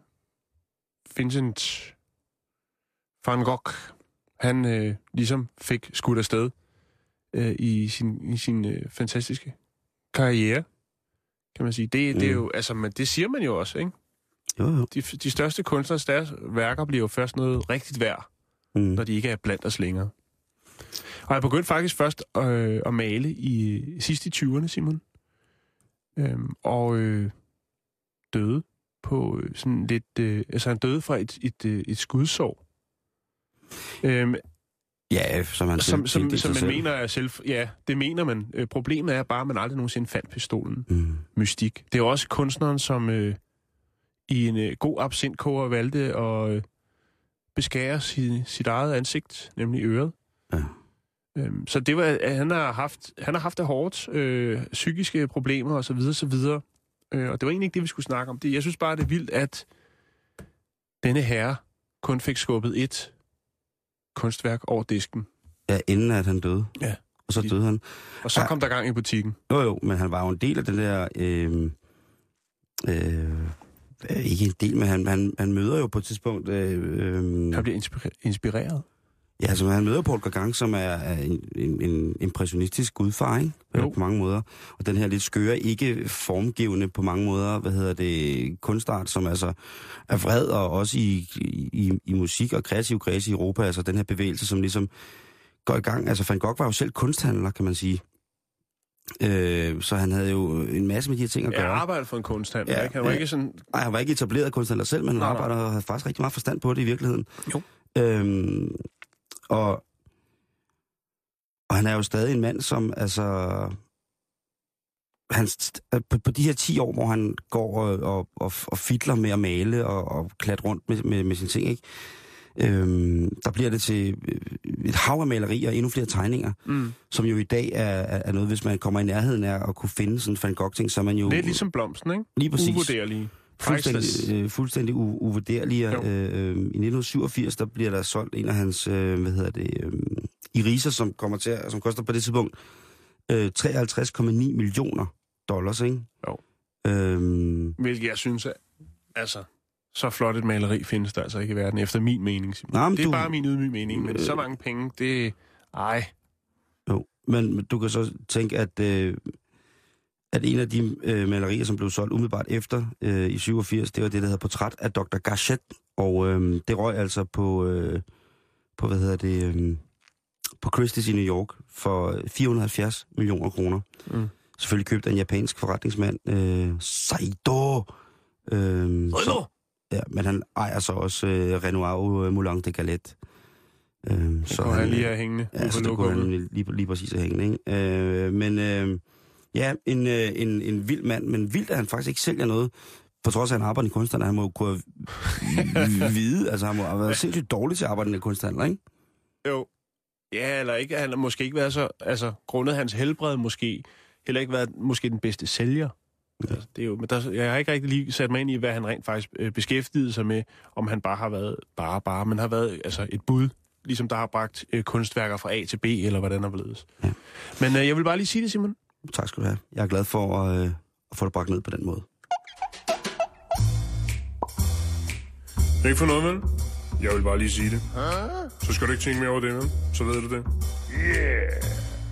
Speaker 5: Vincent van Gogh, han øh, ligesom fik skudt afsted øh, i sin, i sin øh, fantastiske karriere, kan man sige. Det, mm. det er jo, altså, men det siger man jo også, ikke?
Speaker 4: Jo, jo.
Speaker 5: De, de største kunstners, deres værker bliver jo først noget rigtigt værd, mm. når de ikke er blandt os længere. Og jeg begyndte faktisk først øh, at male i sidst i tyverne, Simon. Øhm, og øh, døde på øh, sådan lidt... Øh, altså han døde fra et, et, et, et skudsår. Øhm,
Speaker 4: ja, som man
Speaker 5: som, som, som man
Speaker 4: selv.
Speaker 5: mener er selv... Ja, det mener man. Øh, problemet er bare, at man aldrig nogensinde fandt pistolen.
Speaker 4: Mm.
Speaker 5: Mystik. Det er også kunstneren, som øh, i en øh, god absintkoger valgte at øh, beskære sit, sit eget ansigt, nemlig øret.
Speaker 4: Ja.
Speaker 5: Øhm, så det var, han har haft, han har haft det hårdt, øh, psykiske problemer og så videre, så videre. Øh, og det var egentlig ikke det, vi skulle snakke om. Det, jeg synes bare, det er vildt, at denne herre kun fik skubbet et kunstværk over disken.
Speaker 4: Ja, inden at han døde.
Speaker 5: Ja.
Speaker 4: Og så døde han.
Speaker 5: Og så kom ja. der gang i butikken.
Speaker 4: Jo, jo, men han var jo en del af den der... Øh, øh, ikke en del, men han, han, han møder jo på et tidspunkt... Øh, øh,
Speaker 5: han bliver inspireret. inspireret.
Speaker 4: Ja, altså han møder Paul Gauguin, som er en, en, en impressionistisk gudfar, ikke? På mange måder. Og den her lidt skøre, ikke formgivende på mange måder, hvad hedder det, kunstart, som altså er vred, og også i, i, i musik og kreativ kreds i Europa, altså den her bevægelse, som ligesom går i gang. Altså Van Gogh var jo selv kunsthandler, kan man sige. Øh, så han havde jo en masse med de her ting at gøre.
Speaker 5: Ja, arbejdede for en kunsthandler, ja, ikke? Han var
Speaker 4: ja,
Speaker 5: ikke sådan...
Speaker 4: Nej, han var ikke etableret kunsthandler selv, men han arbejdede og havde faktisk rigtig meget forstand på det i virkeligheden.
Speaker 5: Jo.
Speaker 4: Øhm, Og, og han er jo stadig en mand, som altså... Han, på, på de her ti år, hvor han går og, og, og, og fidler med at male og, og klatre rundt med, med, med sine ting, ikke? Øhm, der bliver det til et hav af malerier og endnu flere tegninger, mm. som jo i dag er, er noget, hvis man kommer i nærheden af at kunne finde sådan en Van Gogh-ting, så er man jo...
Speaker 5: Det er ligesom blomsten, ikke?
Speaker 4: Lige præcis.
Speaker 5: Uvurderlige.
Speaker 4: Fuldstændig, øh, fuldstændig u- uvurderlige. Øh, I nitten syvogfirs, der bliver der solgt en af hans, øh, hvad hedder det, øh, iriser, som kommer til, som koster på det tidspunkt øh, treoghalvtreds komma ni millioner dollars, ikke?
Speaker 5: Jo.
Speaker 4: Øhm,
Speaker 5: Hvilket jeg synes er, altså, så flot et maleri findes der altså ikke i verden, efter min mening.
Speaker 4: Nej,
Speaker 5: det er
Speaker 4: du,
Speaker 5: bare min ydmyge mening, men øh, så mange penge, det... Ej.
Speaker 4: Jo, men du kan så tænke, at... Øh, at en af de øh, malerier, som blev solgt umiddelbart efter øh, i syvogfirs, det var det, der hedder Portræt af doktor Gachet, og øh, det røg altså på, øh, på, hvad hedder det, øh, på Christie's i New York for fire hundrede og halvfjerds millioner kroner. Mm. Selvfølgelig købte en japansk forretningsmand, øh, Saido. Øh, så, ja, men han ejer så også øh, Renoir Moulin de Galette. Øh,
Speaker 5: det så kunne han lige have hængende.
Speaker 4: Ja, så det kunne han lige, lige præcis have hængende, ikke? Øh, men... Øh, Ja, en, øh, en, en vild mand, men vildt, at han faktisk ikke sælger noget. For trods af, at han arbejder i kunsthandler, han må jo kunne vide, altså han må have været sindssygt dårlig til at arbejde i kunsthandler, ikke?
Speaker 5: Jo. Ja, eller ikke, han har måske ikke været så, altså grundet hans helbred måske, heller ikke været måske den bedste sælger. Ja. Altså, det er jo, men der, jeg har ikke rigtig lige sat mig ind i, hvad han rent faktisk øh, beskæftigede sig med, om han bare har været, bare, bare, men har været altså et bud, ligesom der har bragt øh, kunstværker fra A til B, eller hvordan der blevet. Ja. Men øh, jeg vil bare lige sige det, Simon.
Speaker 4: Tak skal du have. Jeg er glad for at, øh, at få det bragt ned på den måde.
Speaker 5: Ikke for noget, vel? Jeg vil bare lige sige det. Så skal du ikke tænke mere over det, vel? Så ved du det. Yeah!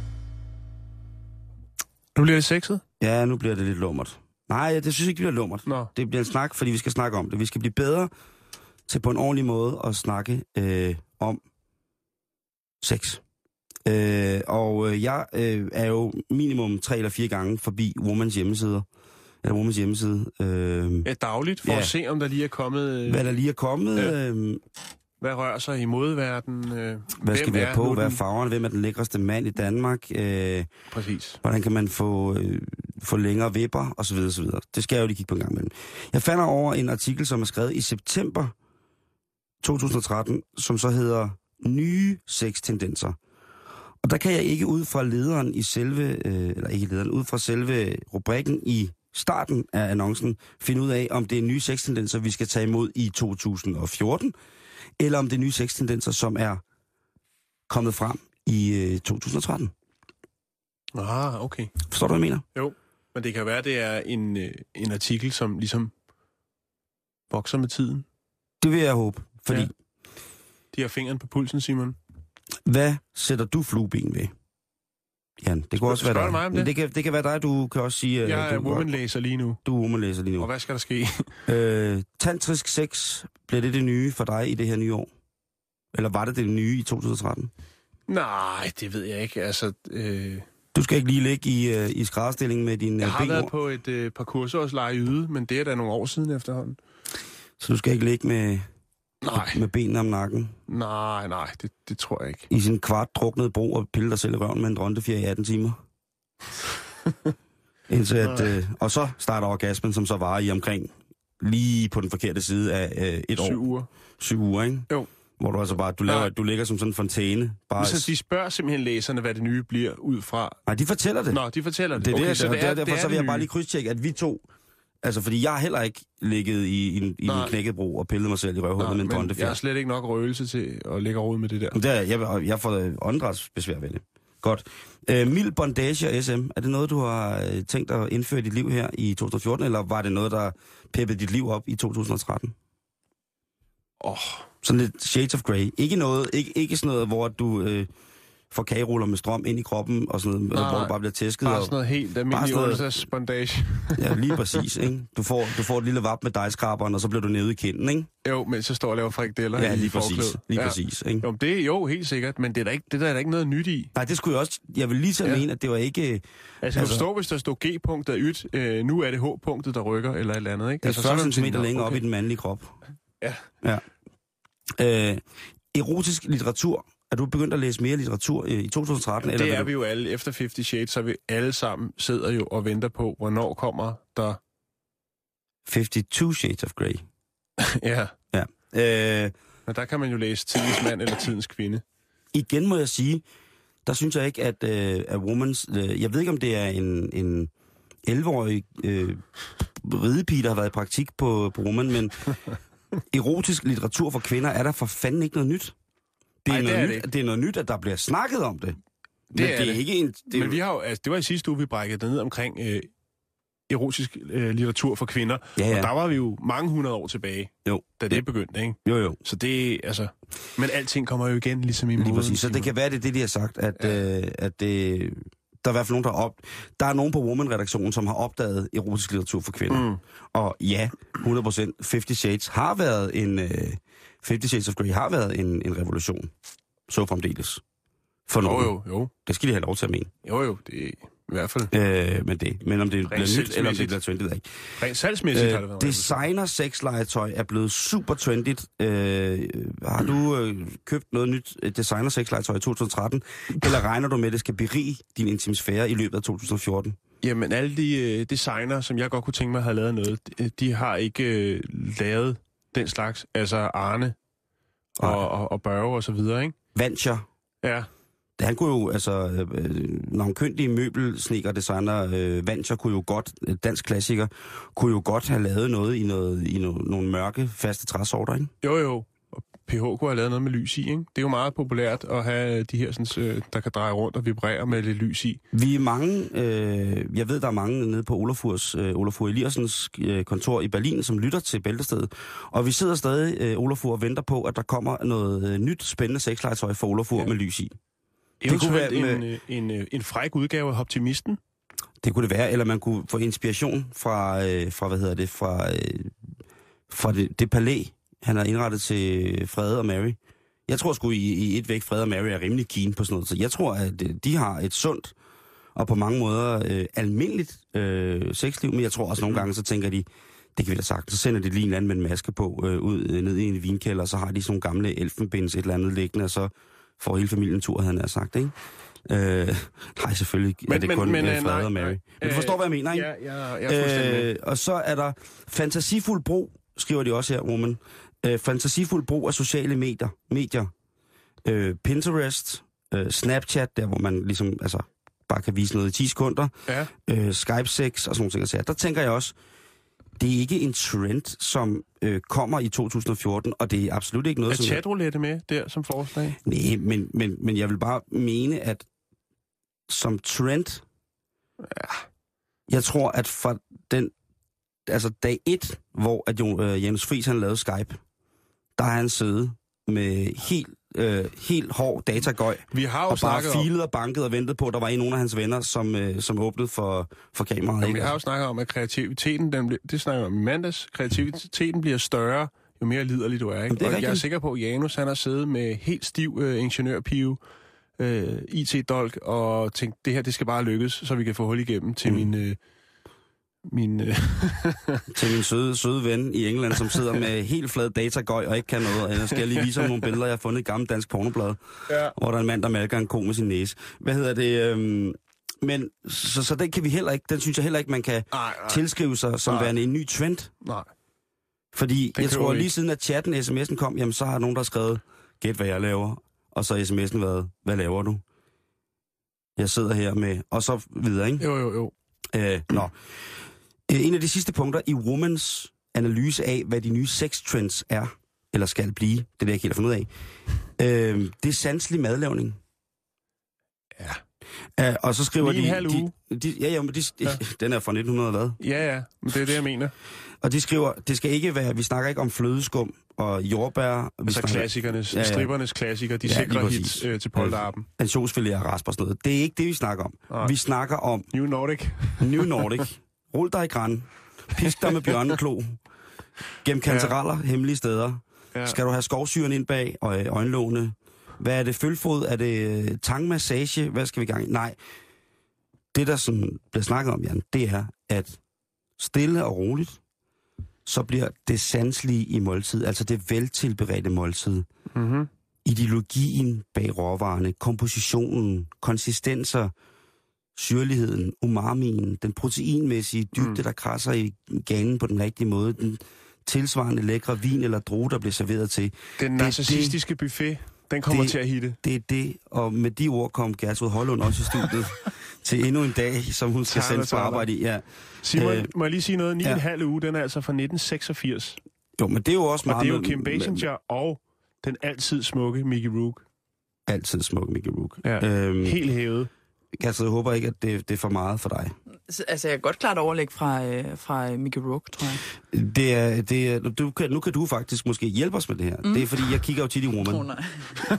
Speaker 5: Nu bliver det sexet?
Speaker 4: Ja, nu bliver det lidt lummert. Nej, det synes jeg ikke, det bliver lummert.
Speaker 5: Nå.
Speaker 4: Det bliver en snak, fordi vi skal snakke om det. Vi skal blive bedre til på en ordentlig måde at snakke øh, om sex. Øh, og øh, jeg øh, er jo minimum tre eller fire gange forbi Womans hjemmesider. Eller Womans hjemmeside. Øh,
Speaker 5: ja, dagligt, for ja. at se, om der lige er kommet... Øh,
Speaker 4: hvad der lige er kommet.
Speaker 5: Ja.
Speaker 4: Øh,
Speaker 5: hvad rører sig i modeverdenen? Øh,
Speaker 4: hvad skal være på? Hvad er farverne? Hvem er den lækreste mand i Danmark? Øh,
Speaker 5: Præcis.
Speaker 4: Hvordan kan man få, øh, få længere vipper? Og så videre, så videre. Det skal jeg jo lige kigge på en gang imellem. Jeg fandt over en artikel, som er skrevet i september to tusind og tretten, som så hedder Nye sextendenser. Og der kan jeg ikke ud fra lederen i selve, øh, eller ikke lederen, ud fra selve rubrikken i starten af annoncen finde ud af, om det er nye sextendenser, vi skal tage imod i to tusind og fjorten, eller om det er nye sextendenser, som er kommet frem i øh, to tusind og tretten.
Speaker 5: Ah, okay.
Speaker 4: Forstår du, hvad jeg mener?
Speaker 5: Jo, men det kan være, det er en, øh, en artikel, som ligesom vokser med tiden.
Speaker 4: Det vil jeg håbe, fordi...
Speaker 5: Ja. De har fingeren på pulsen, Simon.
Speaker 4: Hvad sætter du flueben ved? Jan, det kan også være dig.
Speaker 5: Mig om det?
Speaker 4: det, kan, det kan være dig, du kan også sige...
Speaker 5: Jeg er
Speaker 4: du,
Speaker 5: woman-læser lige nu.
Speaker 4: Du er woman-læser lige nu.
Speaker 5: Og hvad skal der ske?
Speaker 4: øh, tantrisk sex, bliver det det nye for dig i det her nye år? Eller var det det nye i to tusind og tretten?
Speaker 5: Nej, det ved jeg ikke. Altså, øh...
Speaker 4: Du skal ikke lige ligge i, øh, i skrædderstilling med din
Speaker 5: Jeg har
Speaker 4: benord.
Speaker 5: været på et øh, par kurser hos Leje Yde, men det er da nogle år siden efterhånden.
Speaker 4: Så du skal ikke ligge med,
Speaker 5: nej.
Speaker 4: med benene om nakken?
Speaker 5: Nej, nej, det, det tror jeg ikke.
Speaker 4: I sin kvart druknede bro og pille dig selv i røven med en drontefjer i atten timer? Indtil at, øh, og så starter orgasmen, som så varer i omkring lige på den forkerte side af øh, et år.
Speaker 5: Syv uger.
Speaker 4: Syv uger, ikke?
Speaker 5: Jo.
Speaker 4: Hvor du altså bare, du, laver, du ligger som sådan en fontæne. Bare...
Speaker 5: Så de spørger simpelthen læserne, hvad det nye bliver ud fra...
Speaker 4: Nej, de fortæller det.
Speaker 5: Nå, de fortæller det.
Speaker 4: Det er
Speaker 5: okay,
Speaker 4: det,
Speaker 5: så
Speaker 4: det,
Speaker 5: det er,
Speaker 4: derfor
Speaker 5: det er
Speaker 4: så vil jeg
Speaker 5: nye.
Speaker 4: bare lige krydstjekke, at vi to... Altså, fordi jeg har heller ikke ligget i, i, i en knækket bro og pillet mig selv i røvhullet med en drontefjer.
Speaker 5: Jeg har slet ikke nok røgelse til at lægge råd med det der.
Speaker 4: Det er, jeg, jeg får åndedrætsbesvær ved det. Godt. Øh, mild bondage og S M, er det noget, du har tænkt at indføre i dit liv her i to tusind og fjorten, eller var det noget, der peppede dit liv op i to tusind og tretten?
Speaker 5: Åh... Oh.
Speaker 4: Sådan lidt shades of grey. Ikke noget, ikke, ikke sådan noget, hvor du øh, får kageruller med strøm ind i kroppen, og sådan noget,
Speaker 5: nej,
Speaker 4: hvor du bare bliver tæsket.
Speaker 5: Bare sådan noget helt almindelig onsdagsbondage.
Speaker 4: Ja, lige præcis, ikke? Du får, du får et lille vap med dejskraberen, og så bliver du nede i kinden, ikke?
Speaker 5: Jo, mens jeg står og laver frikadeller.
Speaker 4: Ja,
Speaker 5: i
Speaker 4: lige præcis.
Speaker 5: forklædet.
Speaker 4: Lige
Speaker 5: ja.
Speaker 4: præcis, ikke?
Speaker 5: Jo, det er jo helt sikkert, men det er der ikke, det der er der ikke noget nyt i.
Speaker 4: Nej, det skulle jeg også... Jeg vil lige så ja. mene, at det var ikke...
Speaker 5: Altså, altså, jeg forstår, hvis der stod G-punktet ydt, øh, nu er det H-punktet, der rykker, eller et eller andet, ikke?
Speaker 4: Det er
Speaker 5: altså,
Speaker 4: fyrre centimeter
Speaker 5: okay.
Speaker 4: længere op i den mandlige krop.
Speaker 5: Ja.
Speaker 4: Ja. Øh, erotisk litteratur. Er du begyndt at læse mere litteratur i to tusind og tretten?
Speaker 5: Ja, det
Speaker 4: eller
Speaker 5: er
Speaker 4: du...
Speaker 5: vi jo alle. Efter Fifty Shades, så vi alle sammen sidder jo og venter på, hvornår kommer der...
Speaker 4: fifty-two Shades of Grey.
Speaker 5: ja.
Speaker 4: Ja. Øh...
Speaker 5: Men der kan man jo læse tidens mand eller tidens kvinde.
Speaker 4: Igen må jeg sige, der synes jeg ikke, at, øh, at Womans... Øh, jeg ved ikke, om det er en, en elleve-årig øh, ridepige, der har været i praktik på, på Woman, men erotisk litteratur for kvinder er der for fanden ikke noget nyt. Det er, Ej, noget, det er, nyt, det. Det er noget nyt, at der bliver snakket om det.
Speaker 5: Det
Speaker 4: men
Speaker 5: er
Speaker 4: det er
Speaker 5: det.
Speaker 4: ikke en... Det,
Speaker 5: men vi har jo, altså, det var i sidste uge, vi brækkede det ned omkring øh, erotisk øh, litteratur for kvinder.
Speaker 4: Ja, ja.
Speaker 5: Og der var vi jo mange hundrede år tilbage,
Speaker 4: jo.
Speaker 5: da det, det begyndte, ikke?
Speaker 4: Jo, jo.
Speaker 5: Så det, altså... Men alting kommer jo igen, ligesom i moden.
Speaker 4: Lige præcis. Så det kan være, det er det, de har sagt, at, ja. øh, at det... Der er i hvert fald nogen, der har op... Der er nogen på Woman-redaktionen, som har opdaget erotisk litteratur for kvinder. Mm. Og ja, hundrede procent Fifty Shades har været en... Øh, Fifty Shades of Grey har været en, en revolution. Så fremdeles. For nogen.
Speaker 5: Jo, jo, jo.
Speaker 4: Det skal de have lov til at mene.
Speaker 5: Jo, jo, det er i hvert fald.
Speaker 4: Øh, men, det, men om det bliver nyt, eller om det bliver trendy, ved jeg ikke.
Speaker 5: Rent salgsmæssigt øh, har det været.
Speaker 4: Designer sexlegetøj er blevet super trendigt. Øh, har du øh, købt noget nyt designer sexlegetøj i to tusind og tretten? Eller regner du med, at det skal berige din intimsfære i løbet af to tusind og fjorten?
Speaker 5: Jamen, alle de øh, designer, som jeg godt kunne tænke mig at have lavet noget, de, de har ikke øh, lavet den slags. Altså Arne og, og, og Børge og så videre, ikke?
Speaker 4: Venture.
Speaker 5: Ja.
Speaker 4: Han kunne jo, altså, øh, nogle køndige møbelsnekerdesigner, øh, Venture kunne jo godt, dansk klassiker, kunne jo godt have lavet noget i, noget, i no, nogle mørke, faste træsorter, ikke?
Speaker 5: Jo, jo. Og P H kunne have lavet noget med lys i, ikke? Det er jo meget populært at have de her, sådan, der kan dreje rundt og vibrere med lidt lys i.
Speaker 4: Vi er mange, øh, jeg ved, der er mange nede på Olafurs, øh, Olafur Eliassens øh, kontor i Berlin, som lytter til Bæltestedet. Og vi sidder stadig, øh, Olafur, og venter på, at der kommer noget øh, nyt, spændende sexlegetøj for Olafur ja. med lys i.
Speaker 5: Det kunne være en, med, en, en, en fræk udgave af Optimisten.
Speaker 4: Det kunne det være, eller man kunne få inspiration fra, øh, fra hvad hedder det, fra, øh, fra det, det palæ, han har indrettet til Fred og Mary. Jeg tror sgu i, i et væk, Fred og Mary er rimelig keen på sådan noget. Så jeg tror, at de har et sundt og på mange måder øh, almindeligt øh, sexliv, men jeg tror også nogle gange, så tænker de, det kan vi da sagt, så sender de lige en eller anden med en maske på øh, ud øh, ned i en vinkælder, og så har de sådan nogle gamle elfenbens et eller andet liggende, og så får hele familien tur, havde han sagt, ikke? Øh, nej, selvfølgelig men, er det men, kun men, øh, Fred og Mary. Men du forstår, hvad jeg mener, ikke?
Speaker 5: Ja, jeg, jeg er
Speaker 4: øh, Og så er der fantasifuld brug, skriver de også her, Woman. Øh, fantasifuld brug af sociale medier. medier. Øh, Pinterest, øh, Snapchat, der hvor man ligesom, altså, bare kan vise noget i ti sekunder.
Speaker 5: Ja.
Speaker 4: Øh, Skype-sex og sådan nogle ting. Så der tænker jeg også, det er ikke en trend, som øh, kommer i to tusind og fjorten, og det er absolut ikke noget,
Speaker 5: er
Speaker 4: som...
Speaker 5: Er chatroulette med der som forslag?
Speaker 4: Nej, men, men, men jeg vil bare mene, at som trend... Ja. Jeg tror, at fra den... Altså dag et, hvor at jo, øh, Jens Friis han lavede Skype, der har han siddet med helt, øh, helt hård datagøj.
Speaker 5: Vi har jo
Speaker 4: og bare
Speaker 5: snakket
Speaker 4: filet og banket og ventet på, at der var en nogen af hans venner, som, øh, som åbnede for, for kameraet.
Speaker 5: Jamen, vi har jo snakket om, at kreativiteten, den, det snakker vi om i mandags, kreativiteten bliver større, jo mere liderlig du er. Ikke?
Speaker 4: er
Speaker 5: og
Speaker 4: rigtigt.
Speaker 5: jeg er sikker på, at Janus han har siddet med helt stiv øh, ingeniørpive, øh, I T-dolk, og tænkt, det her det skal bare lykkes, så vi kan få hul igennem til mm. min... Øh, min øh...
Speaker 4: til min søde, søde ven i England, som sidder med helt flad datagøj og ikke kan noget. Og jeg skal lige vise ham nogle billeder, jeg har fundet i et gammelt dansk pornoblad, ja. Hvor der er en mand, der malker en ko med sin næse. Hvad hedder det? Øhm... Men så, så den kan vi heller ikke, den synes jeg heller ikke, man kan ej, ej. tilskrive sig som ej. værende en ny trend.
Speaker 5: Nej.
Speaker 4: Fordi
Speaker 5: den
Speaker 4: jeg tror lige
Speaker 5: ikke.
Speaker 4: siden at chatten, sms'en kom, jamen så har nogen, der har skrevet, gæt hvad jeg laver. Og så har sms'en været, hvad laver du? Jeg sidder her med, og så videre, ikke?
Speaker 5: Jo, jo, jo.
Speaker 4: Øh, nå. En af de sidste punkter i Womans analyse af, hvad de nye sex trends er, eller skal blive, det er det, jeg ikke helt har fundet ud af, øh, det er sanselig madlavning.
Speaker 5: Ja.
Speaker 4: Øh, og så skriver
Speaker 5: Lige
Speaker 4: de...
Speaker 5: en halv uge.
Speaker 4: De, de, ja, ja, men de, ja. Den er fra nitten hundrede hvad?
Speaker 5: Ja, ja, men det er det, jeg mener.
Speaker 4: Og de skriver, det skal ikke være, vi snakker ikke om flødeskum og jordbær. Vi
Speaker 5: altså
Speaker 4: snakker,
Speaker 5: klassikernes, ja, ja. strippernes klassikere, de ja, sikre hits øh, til polterappen.
Speaker 4: Ansjonsfilet og rasp og sådan noget. Det er ikke det, vi snakker om. Nej. Vi snakker om...
Speaker 5: New Nordic.
Speaker 4: New Nordic. Rul dig i græn. Pisk dig med bjørneklo. Gem kantereller, ja. Hemmelige steder. Ja. Skal du have skovsyren ind bag og øjenlågene? Hvad er det? Følfod? Er det tangmassage? Hvad skal vi gang i? Nej. Det, der sådan bliver snakket om, Jan, det er, at stille og roligt, så bliver det sanselige i måltid, altså det veltilberedte måltid,
Speaker 5: mm-hmm.
Speaker 4: ideologien bag råvarerne, kompositionen, konsistenser, syrligheden, umamien, den proteinmæssige dybde, mm. der krasser i ganen på den rigtige måde, den tilsvarende lækre vin eller droge, der bliver serveret til.
Speaker 5: Den narcissistiske buffet, den kommer
Speaker 4: det,
Speaker 5: til at hitte.
Speaker 4: Det er det, og med de ord kom Gertrud Højlund også i studiet til endnu en dag, som hun skal sende på arbejde i. Ja.
Speaker 5: Simon, øh, må jeg lige sige noget? ni og en halv uge, den er altså fra nitten seksogfirs.
Speaker 4: Jo, men det er jo også meget...
Speaker 5: Og det er jo Kim Basinger og den altid smukke Mickey Rourke.
Speaker 4: Altid smukke Mickey Rourke.
Speaker 5: Ja, øhm, helt hævet.
Speaker 4: Gertrud, jeg håber ikke, at det, det er for meget for dig.
Speaker 3: Altså, jeg er godt klart overlæg fra, øh, fra Mickey Rourke, tror jeg.
Speaker 4: Det er, det er, du kan, nu kan du faktisk måske hjælpe os med det her. Mm. Det er, fordi jeg kigger jo tit i Woman.
Speaker 3: Oh, nej.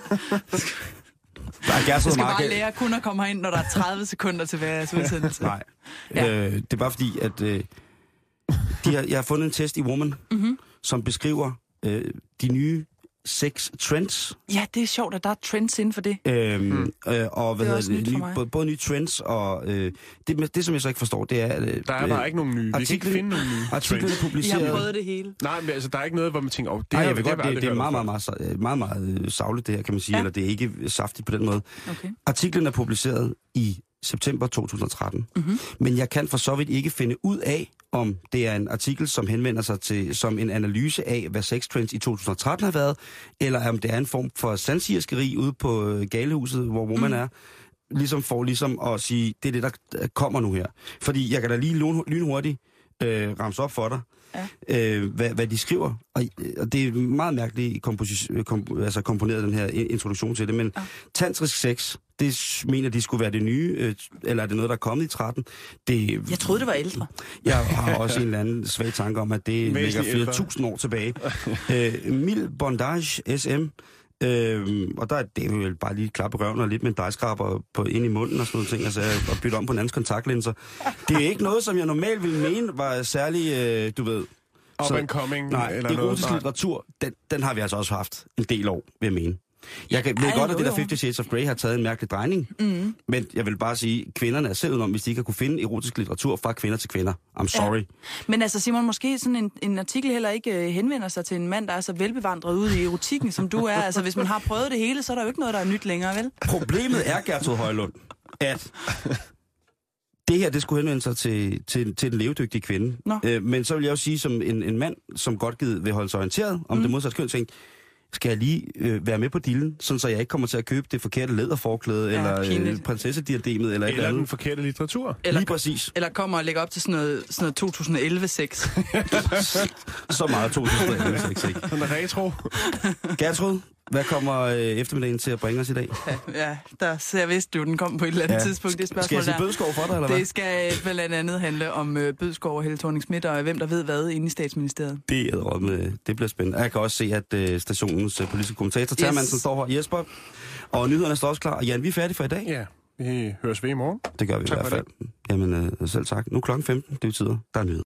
Speaker 4: Der er
Speaker 3: jeg skal bare lære kun at komme herind, når der er tredive sekunder til hver udsendelse.
Speaker 4: Nej, ja. øh, det er bare fordi, at øh, de har, jeg har fundet en test i Woman, mm-hmm. som beskriver øh, de nye sex trends.
Speaker 3: Ja, det er sjovt, at der er trends inden for det.
Speaker 4: Øhm, mm. øh, og hvad det hedder det? Nye, både, både nye trends og... Øh, det, det, som jeg så ikke forstår, det er... Øh,
Speaker 5: der er bare øh, ikke nogen nye. Vi kan ikke finde nogen nye
Speaker 4: artiklen er publiceret...
Speaker 3: Jeg har prøvet det hele.
Speaker 5: Nej, men altså, der er ikke noget, hvor man tænker... Oh, det,
Speaker 4: Ej,
Speaker 5: her,
Speaker 4: jeg vil
Speaker 5: det,
Speaker 4: godt, det, det er meget, meget, meget, meget, meget, meget savligt, det her, kan man sige. Ja. Eller det er ikke saftigt på den måde.
Speaker 3: Okay.
Speaker 4: Artiklen er publiceret i september to tusind og tretten. Mm-hmm. Men jeg kan for så vidt ikke finde ud af, om det er en artikel, som henvender sig til som en analyse af, hvad sex trends i to tusind og tretten har været, eller om det er en form for sandsigerskeri ude på Galehuset, hvor, hvor mm. man er, ligesom for ligesom at sige, det er det, der kommer nu her. Fordi jeg kan da lige lynhurtigt øh, ramse op for dig, ja. øh, hvad, hvad de skriver. Og, og det er meget mærkeligt komposi- kom, altså komponeret, den her introduktion til det, men ja. Tantrisk sex, det mener de skulle være det nye, øh, eller er det noget, der er kommet i tretten? Det,
Speaker 3: jeg troede, det var ældre.
Speaker 4: Jeg har også en eller anden svag tanke om, at det ligger flere ældre. tusind år tilbage. øh, Mild Bondage S M, øh, og der er det jo bare lige klappe røven og lidt med en dejskraber på, ind i munden og sådan noget ting, altså, og bytte om på en andens kontaktlinser. Det er ikke noget, som jeg normalt ville mene var særlig, øh, du ved...
Speaker 5: Up and coming?
Speaker 4: Nej,
Speaker 5: eller
Speaker 4: erotisk
Speaker 5: noget.
Speaker 4: litteratur, den, den har vi altså også haft en del år, vil jeg mene. Jeg kan, ved
Speaker 3: Ej,
Speaker 4: godt, at det der
Speaker 3: jo, jo.
Speaker 4: Fifty Shades of Grey har taget en mærkelig drejning, mm. men jeg vil bare sige, at kvinderne er selv udenom, hvis de ikke har kunne finde erotisk litteratur fra kvinder til kvinder. I'm sorry. Ja.
Speaker 3: Men altså Simon, måske sådan en, en artikel heller ikke øh, henvender sig til en mand, der er så velbevandret ude i erotikken, som du er. Altså hvis man har prøvet det hele, så er der jo ikke noget, der er nyt længere, vel?
Speaker 4: Problemet er, Gertrud Højlund, at det her, det skulle henvende sig til, til, til den levedygtige kvinde. Øh, men så vil jeg jo sige, som en, en mand, som godt givet vil holde sig orienteret om mm. det modsatte køn, tænkte, skal jeg lige øh, være med på dillen, sådan så jeg ikke kommer til at købe det forkerte læderforklæde,
Speaker 3: Ja,
Speaker 4: eller øh,
Speaker 3: pinligt.
Speaker 4: prinsessediademet, eller et eller
Speaker 5: Eller den
Speaker 4: andet.
Speaker 5: forkerte litteratur.
Speaker 3: Eller,
Speaker 4: Lige præcis.
Speaker 3: eller kommer og lægger op til sådan noget, sådan noget to tusind og elleve sex.
Speaker 4: Så meget to tusind og elleve, ikke?
Speaker 5: Den er retro.
Speaker 4: Gertrud, hvad kommer øh, eftermiddagen til at bringe os i dag?
Speaker 3: Ja, der ser jeg vidst jo, den kom på et eller andet
Speaker 4: Ja.
Speaker 3: tidspunkt, det spørgsmål
Speaker 4: Skal jeg sige
Speaker 3: der.
Speaker 4: Bødskov for dig, eller hvad?
Speaker 3: Det skal blandt andet handle om øh, Bødskov og Helle Thorning-Schmidt, og hvem der ved hvad inde i statsministeriet.
Speaker 4: Det er rådme. Det bliver spændende. Jeg kan også se, at øh, stationens øh, politiske kommentator,
Speaker 3: Yes.
Speaker 4: Termansen, står her. Jesper. Og nyhederne står også klar. Og Jan, vi er færdige for i dag.
Speaker 5: Ja, vi høres ved i morgen.
Speaker 4: Det gør vi
Speaker 5: Tak
Speaker 4: i hvert
Speaker 5: for
Speaker 4: fald. Jamen, øh, selv tak. Nu er klokken femten. Det betyder, der er nyheder.